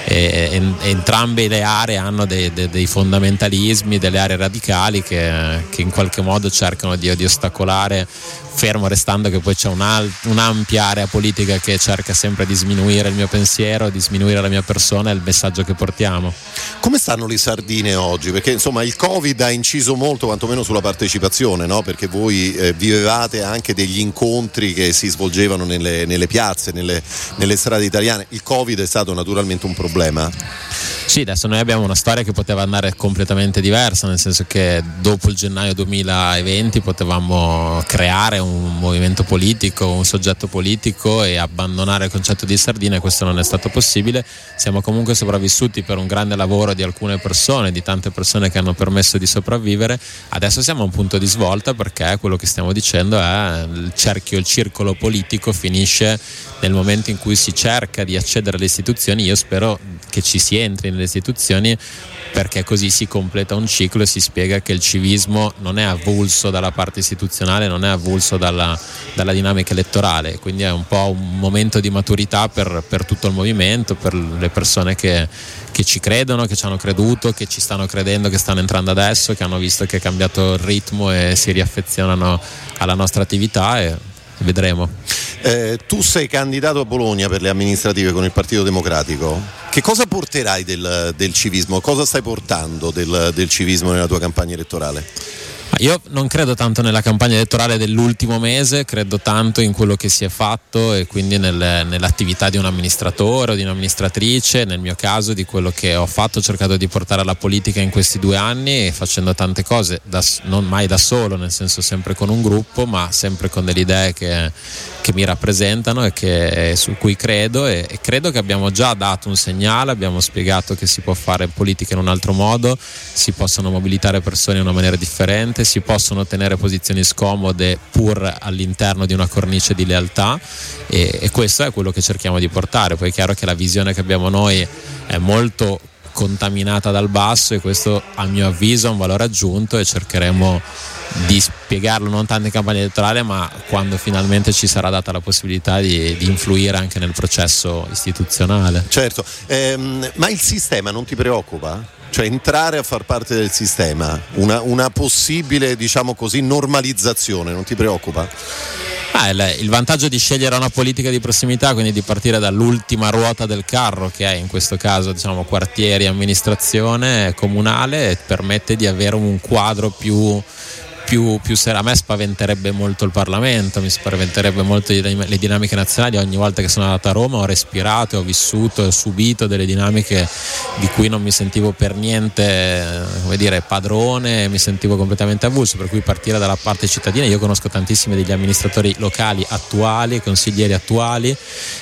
entrambe le aree hanno dei fondamentalismi, delle aree radicali che in qualche modo cercano di ostacolare, fermo restando che poi c'è un'ampia area politica che cerca sempre di sminuire il mio pensiero, di sminuire la mia persona e il messaggio che portiamo. Come stanno le sardine oggi? Perché insomma il Covid ha inciso molto, quantomeno sulla partecipazione, no? Perché voi vivevate anche degli incontri che si svolgevano nelle piazze, nelle strade italiane. Il Covid è stato naturalmente un problema? Sì, adesso noi abbiamo una storia che poteva andare completamente diversa, nel senso che dopo il gennaio 2020 potevamo creare un movimento politico, un soggetto politico e abbandonare il concetto di sardine. Questo non è stato possibile. Siamo comunque sopravvissuti per un grande lavoro di alcune persone, di tante persone che hanno permesso di sopravvivere. Adesso siamo a un punto di svolta, perché quello che stiamo dicendo è il circolo politico finisce nel momento in cui si cerca di accedere alle istituzioni. Io spero che ci si entri nelle istituzioni, perché così si completa un ciclo e si spiega che il civismo non è avulso dalla parte istituzionale, non è avulso dalla dinamica elettorale, quindi è un po' un momento di maturità per tutto il movimento, per le persone che ci credono, che ci hanno creduto, che ci stanno credendo, che stanno entrando adesso, che hanno visto che è cambiato il ritmo e si riaffezionano alla nostra attività e vedremo. Tu sei candidato a Bologna per le amministrative con il Partito Democratico. Che cosa porterai del civismo? Cosa stai portando del civismo nella tua campagna elettorale? Io non credo tanto nella campagna elettorale dell'ultimo mese, credo tanto in quello che si è fatto e quindi nell'attività di un amministratore o di un'amministratrice, nel mio caso di quello che ho fatto, ho cercato di portare alla politica in questi 2 anni facendo tante cose, non mai da solo, nel senso sempre con un gruppo, ma sempre con delle idee che mi rappresentano e su cui credo e credo che abbiamo già dato un segnale, abbiamo spiegato che si può fare politica in un altro modo, si possono mobilitare persone in una maniera differente, si possono ottenere posizioni scomode pur all'interno di una cornice di lealtà e questo è quello che cerchiamo di portare. Poi è chiaro che la visione che abbiamo noi è molto contaminata dal basso e questo a mio avviso è un valore aggiunto e cercheremo di spiegarlo non tanto in campagna elettorale ma quando finalmente ci sarà data la possibilità di influire anche nel processo istituzionale. Certo, ma il sistema non ti preoccupa? Cioè entrare a far parte del sistema, una possibile, diciamo così, normalizzazione, non ti preoccupa? Il vantaggio di scegliere una politica di prossimità, quindi di partire dall'ultima ruota del carro, che è in questo caso diciamo quartieri, amministrazione comunale, permette di avere un quadro più a me spaventerebbe molto il Parlamento, mi spaventerebbe molto le dinamiche nazionali. Ogni volta che sono andato a Roma ho respirato, ho vissuto e ho subito delle dinamiche di cui non mi sentivo per niente, come dire, padrone, mi sentivo completamente avulso, per cui partire dalla parte cittadina. Io conosco tantissimi degli amministratori locali attuali, consiglieri attuali,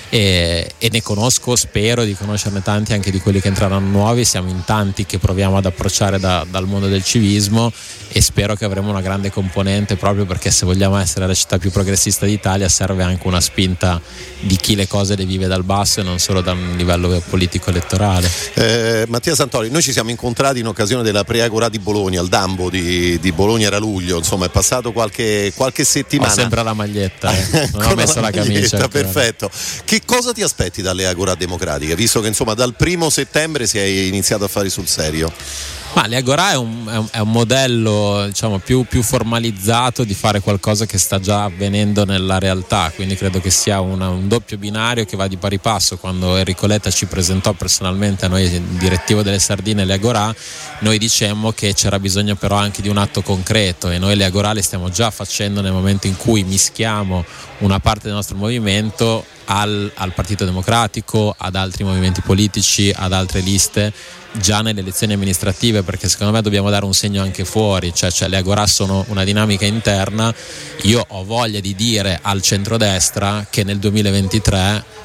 e ne conosco, spero di conoscerne tanti anche di quelli che entreranno nuovi. Siamo in tanti che proviamo ad approcciare dal mondo del civismo, e spero che avremo una grande componente, proprio perché se vogliamo essere la città più progressista d'Italia serve anche una spinta di chi le cose le vive dal basso e non solo da un livello politico elettorale. Mattia Santoli, noi ci siamo incontrati in occasione della Preagora di Bologna, al Dambo di Bologna, era luglio, insomma è passato qualche settimana. Ho sempre la maglietta, non ho messo la camicia. Perfetto. Che cosa ti aspetti dalle Agora democratiche, visto che insomma dal 1 settembre si è iniziato a fare sul serio? Ma le Agora è un modello, diciamo, più formalizzato di fare qualcosa che sta già avvenendo nella realtà, quindi credo che sia un doppio binario che va di pari passo. Quando Enrico Letta ci presentò personalmente a noi, direttivo delle Sardine, le Agora, noi dicemmo che c'era bisogno però anche di un atto concreto, e noi le Agora le stiamo già facendo nel momento in cui mischiamo una parte del nostro movimento al Partito Democratico, ad altri movimenti politici, ad altre liste già nelle elezioni amministrative, perché secondo me dobbiamo dare un segno anche fuori, cioè le Agora sono una dinamica interna. Io ho voglia di dire al centrodestra che nel 2023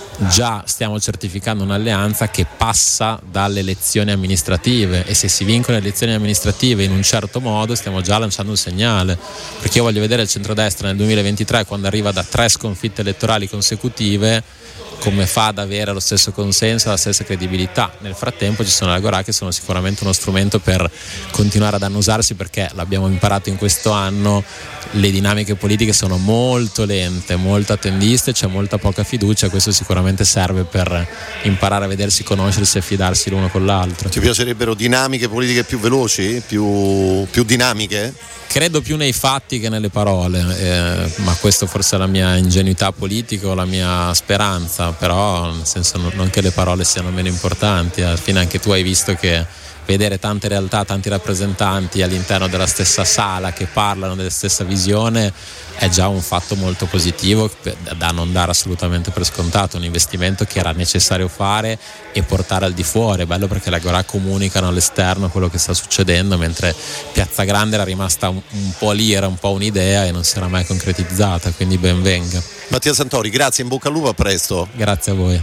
già stiamo certificando un'alleanza che passa dalle elezioni amministrative, e se si vincono le elezioni amministrative in un certo modo stiamo già lanciando un segnale, perché io voglio vedere il centrodestra nel 2023, quando arriva da 3 sconfitte elettorali consecutive, come fa ad avere lo stesso consenso, la stessa credibilità. Nel frattempo ci sono le Agora che sono sicuramente uno strumento per continuare ad annusarsi, perché l'abbiamo imparato in questo anno, le dinamiche politiche sono molto lente, molto attendiste, c'è molta poca fiducia. Questo sicuramente serve per imparare a vedersi, conoscersi e fidarsi l'uno con l'altro. Ti piacerebbero dinamiche politiche più veloci, più dinamiche? Credo più nei fatti che nelle parole, ma questo forse è la mia ingenuità politica o la mia speranza, però nel senso non che le parole siano meno importanti. Alla fine anche tu hai visto che vedere tante realtà, tanti rappresentanti all'interno della stessa sala che parlano della stessa visione è già un fatto molto positivo, da non dare assolutamente per scontato, un investimento che era necessario fare e portare al di fuori. È bello perché le Agora comunicano all'esterno quello che sta succedendo, mentre Piazza Grande era rimasta un po' lì, era un po' un'idea e non si era mai concretizzata, quindi ben venga. Mattia Santoli, grazie, in bocca al lupo, a presto. Grazie a voi.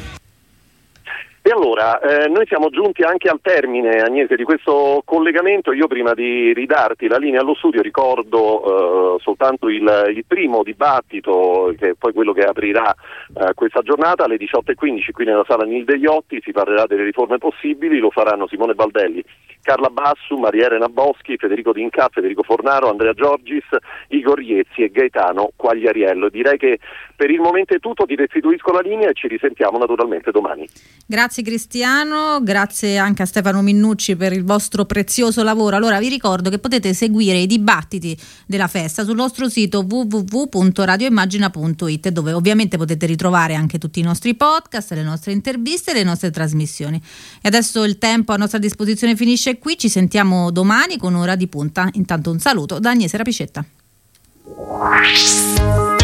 E allora, noi siamo giunti anche al termine, Agnese, di questo collegamento. Io prima di ridarti la linea allo studio ricordo soltanto il primo dibattito, che è poi quello che aprirà questa giornata alle 18:15 qui nella sala Nilde Iotti. Si parlerà delle riforme possibili, lo faranno Simone Baldelli, Carla Bassu, Maria Elena Boschi, Federico D'Inca, Federico Fornaro, Andrea Giorgis, Igor Iezzi e Gaetano Quagliariello. Direi che per il momento è tutto, ti restituisco la linea e ci risentiamo naturalmente domani. Grazie Cristiano, grazie anche a Stefano Minnucci per il vostro prezioso lavoro. Allora vi ricordo che potete seguire i dibattiti della festa sul nostro sito www.radioimmagina.it, dove ovviamente potete ritrovare anche tutti i nostri podcast, le nostre interviste e le nostre trasmissioni. E adesso il tempo a nostra disposizione finisce qui, ci sentiamo domani con Ora di Punta. Intanto un saluto da Agnese Rapicetta.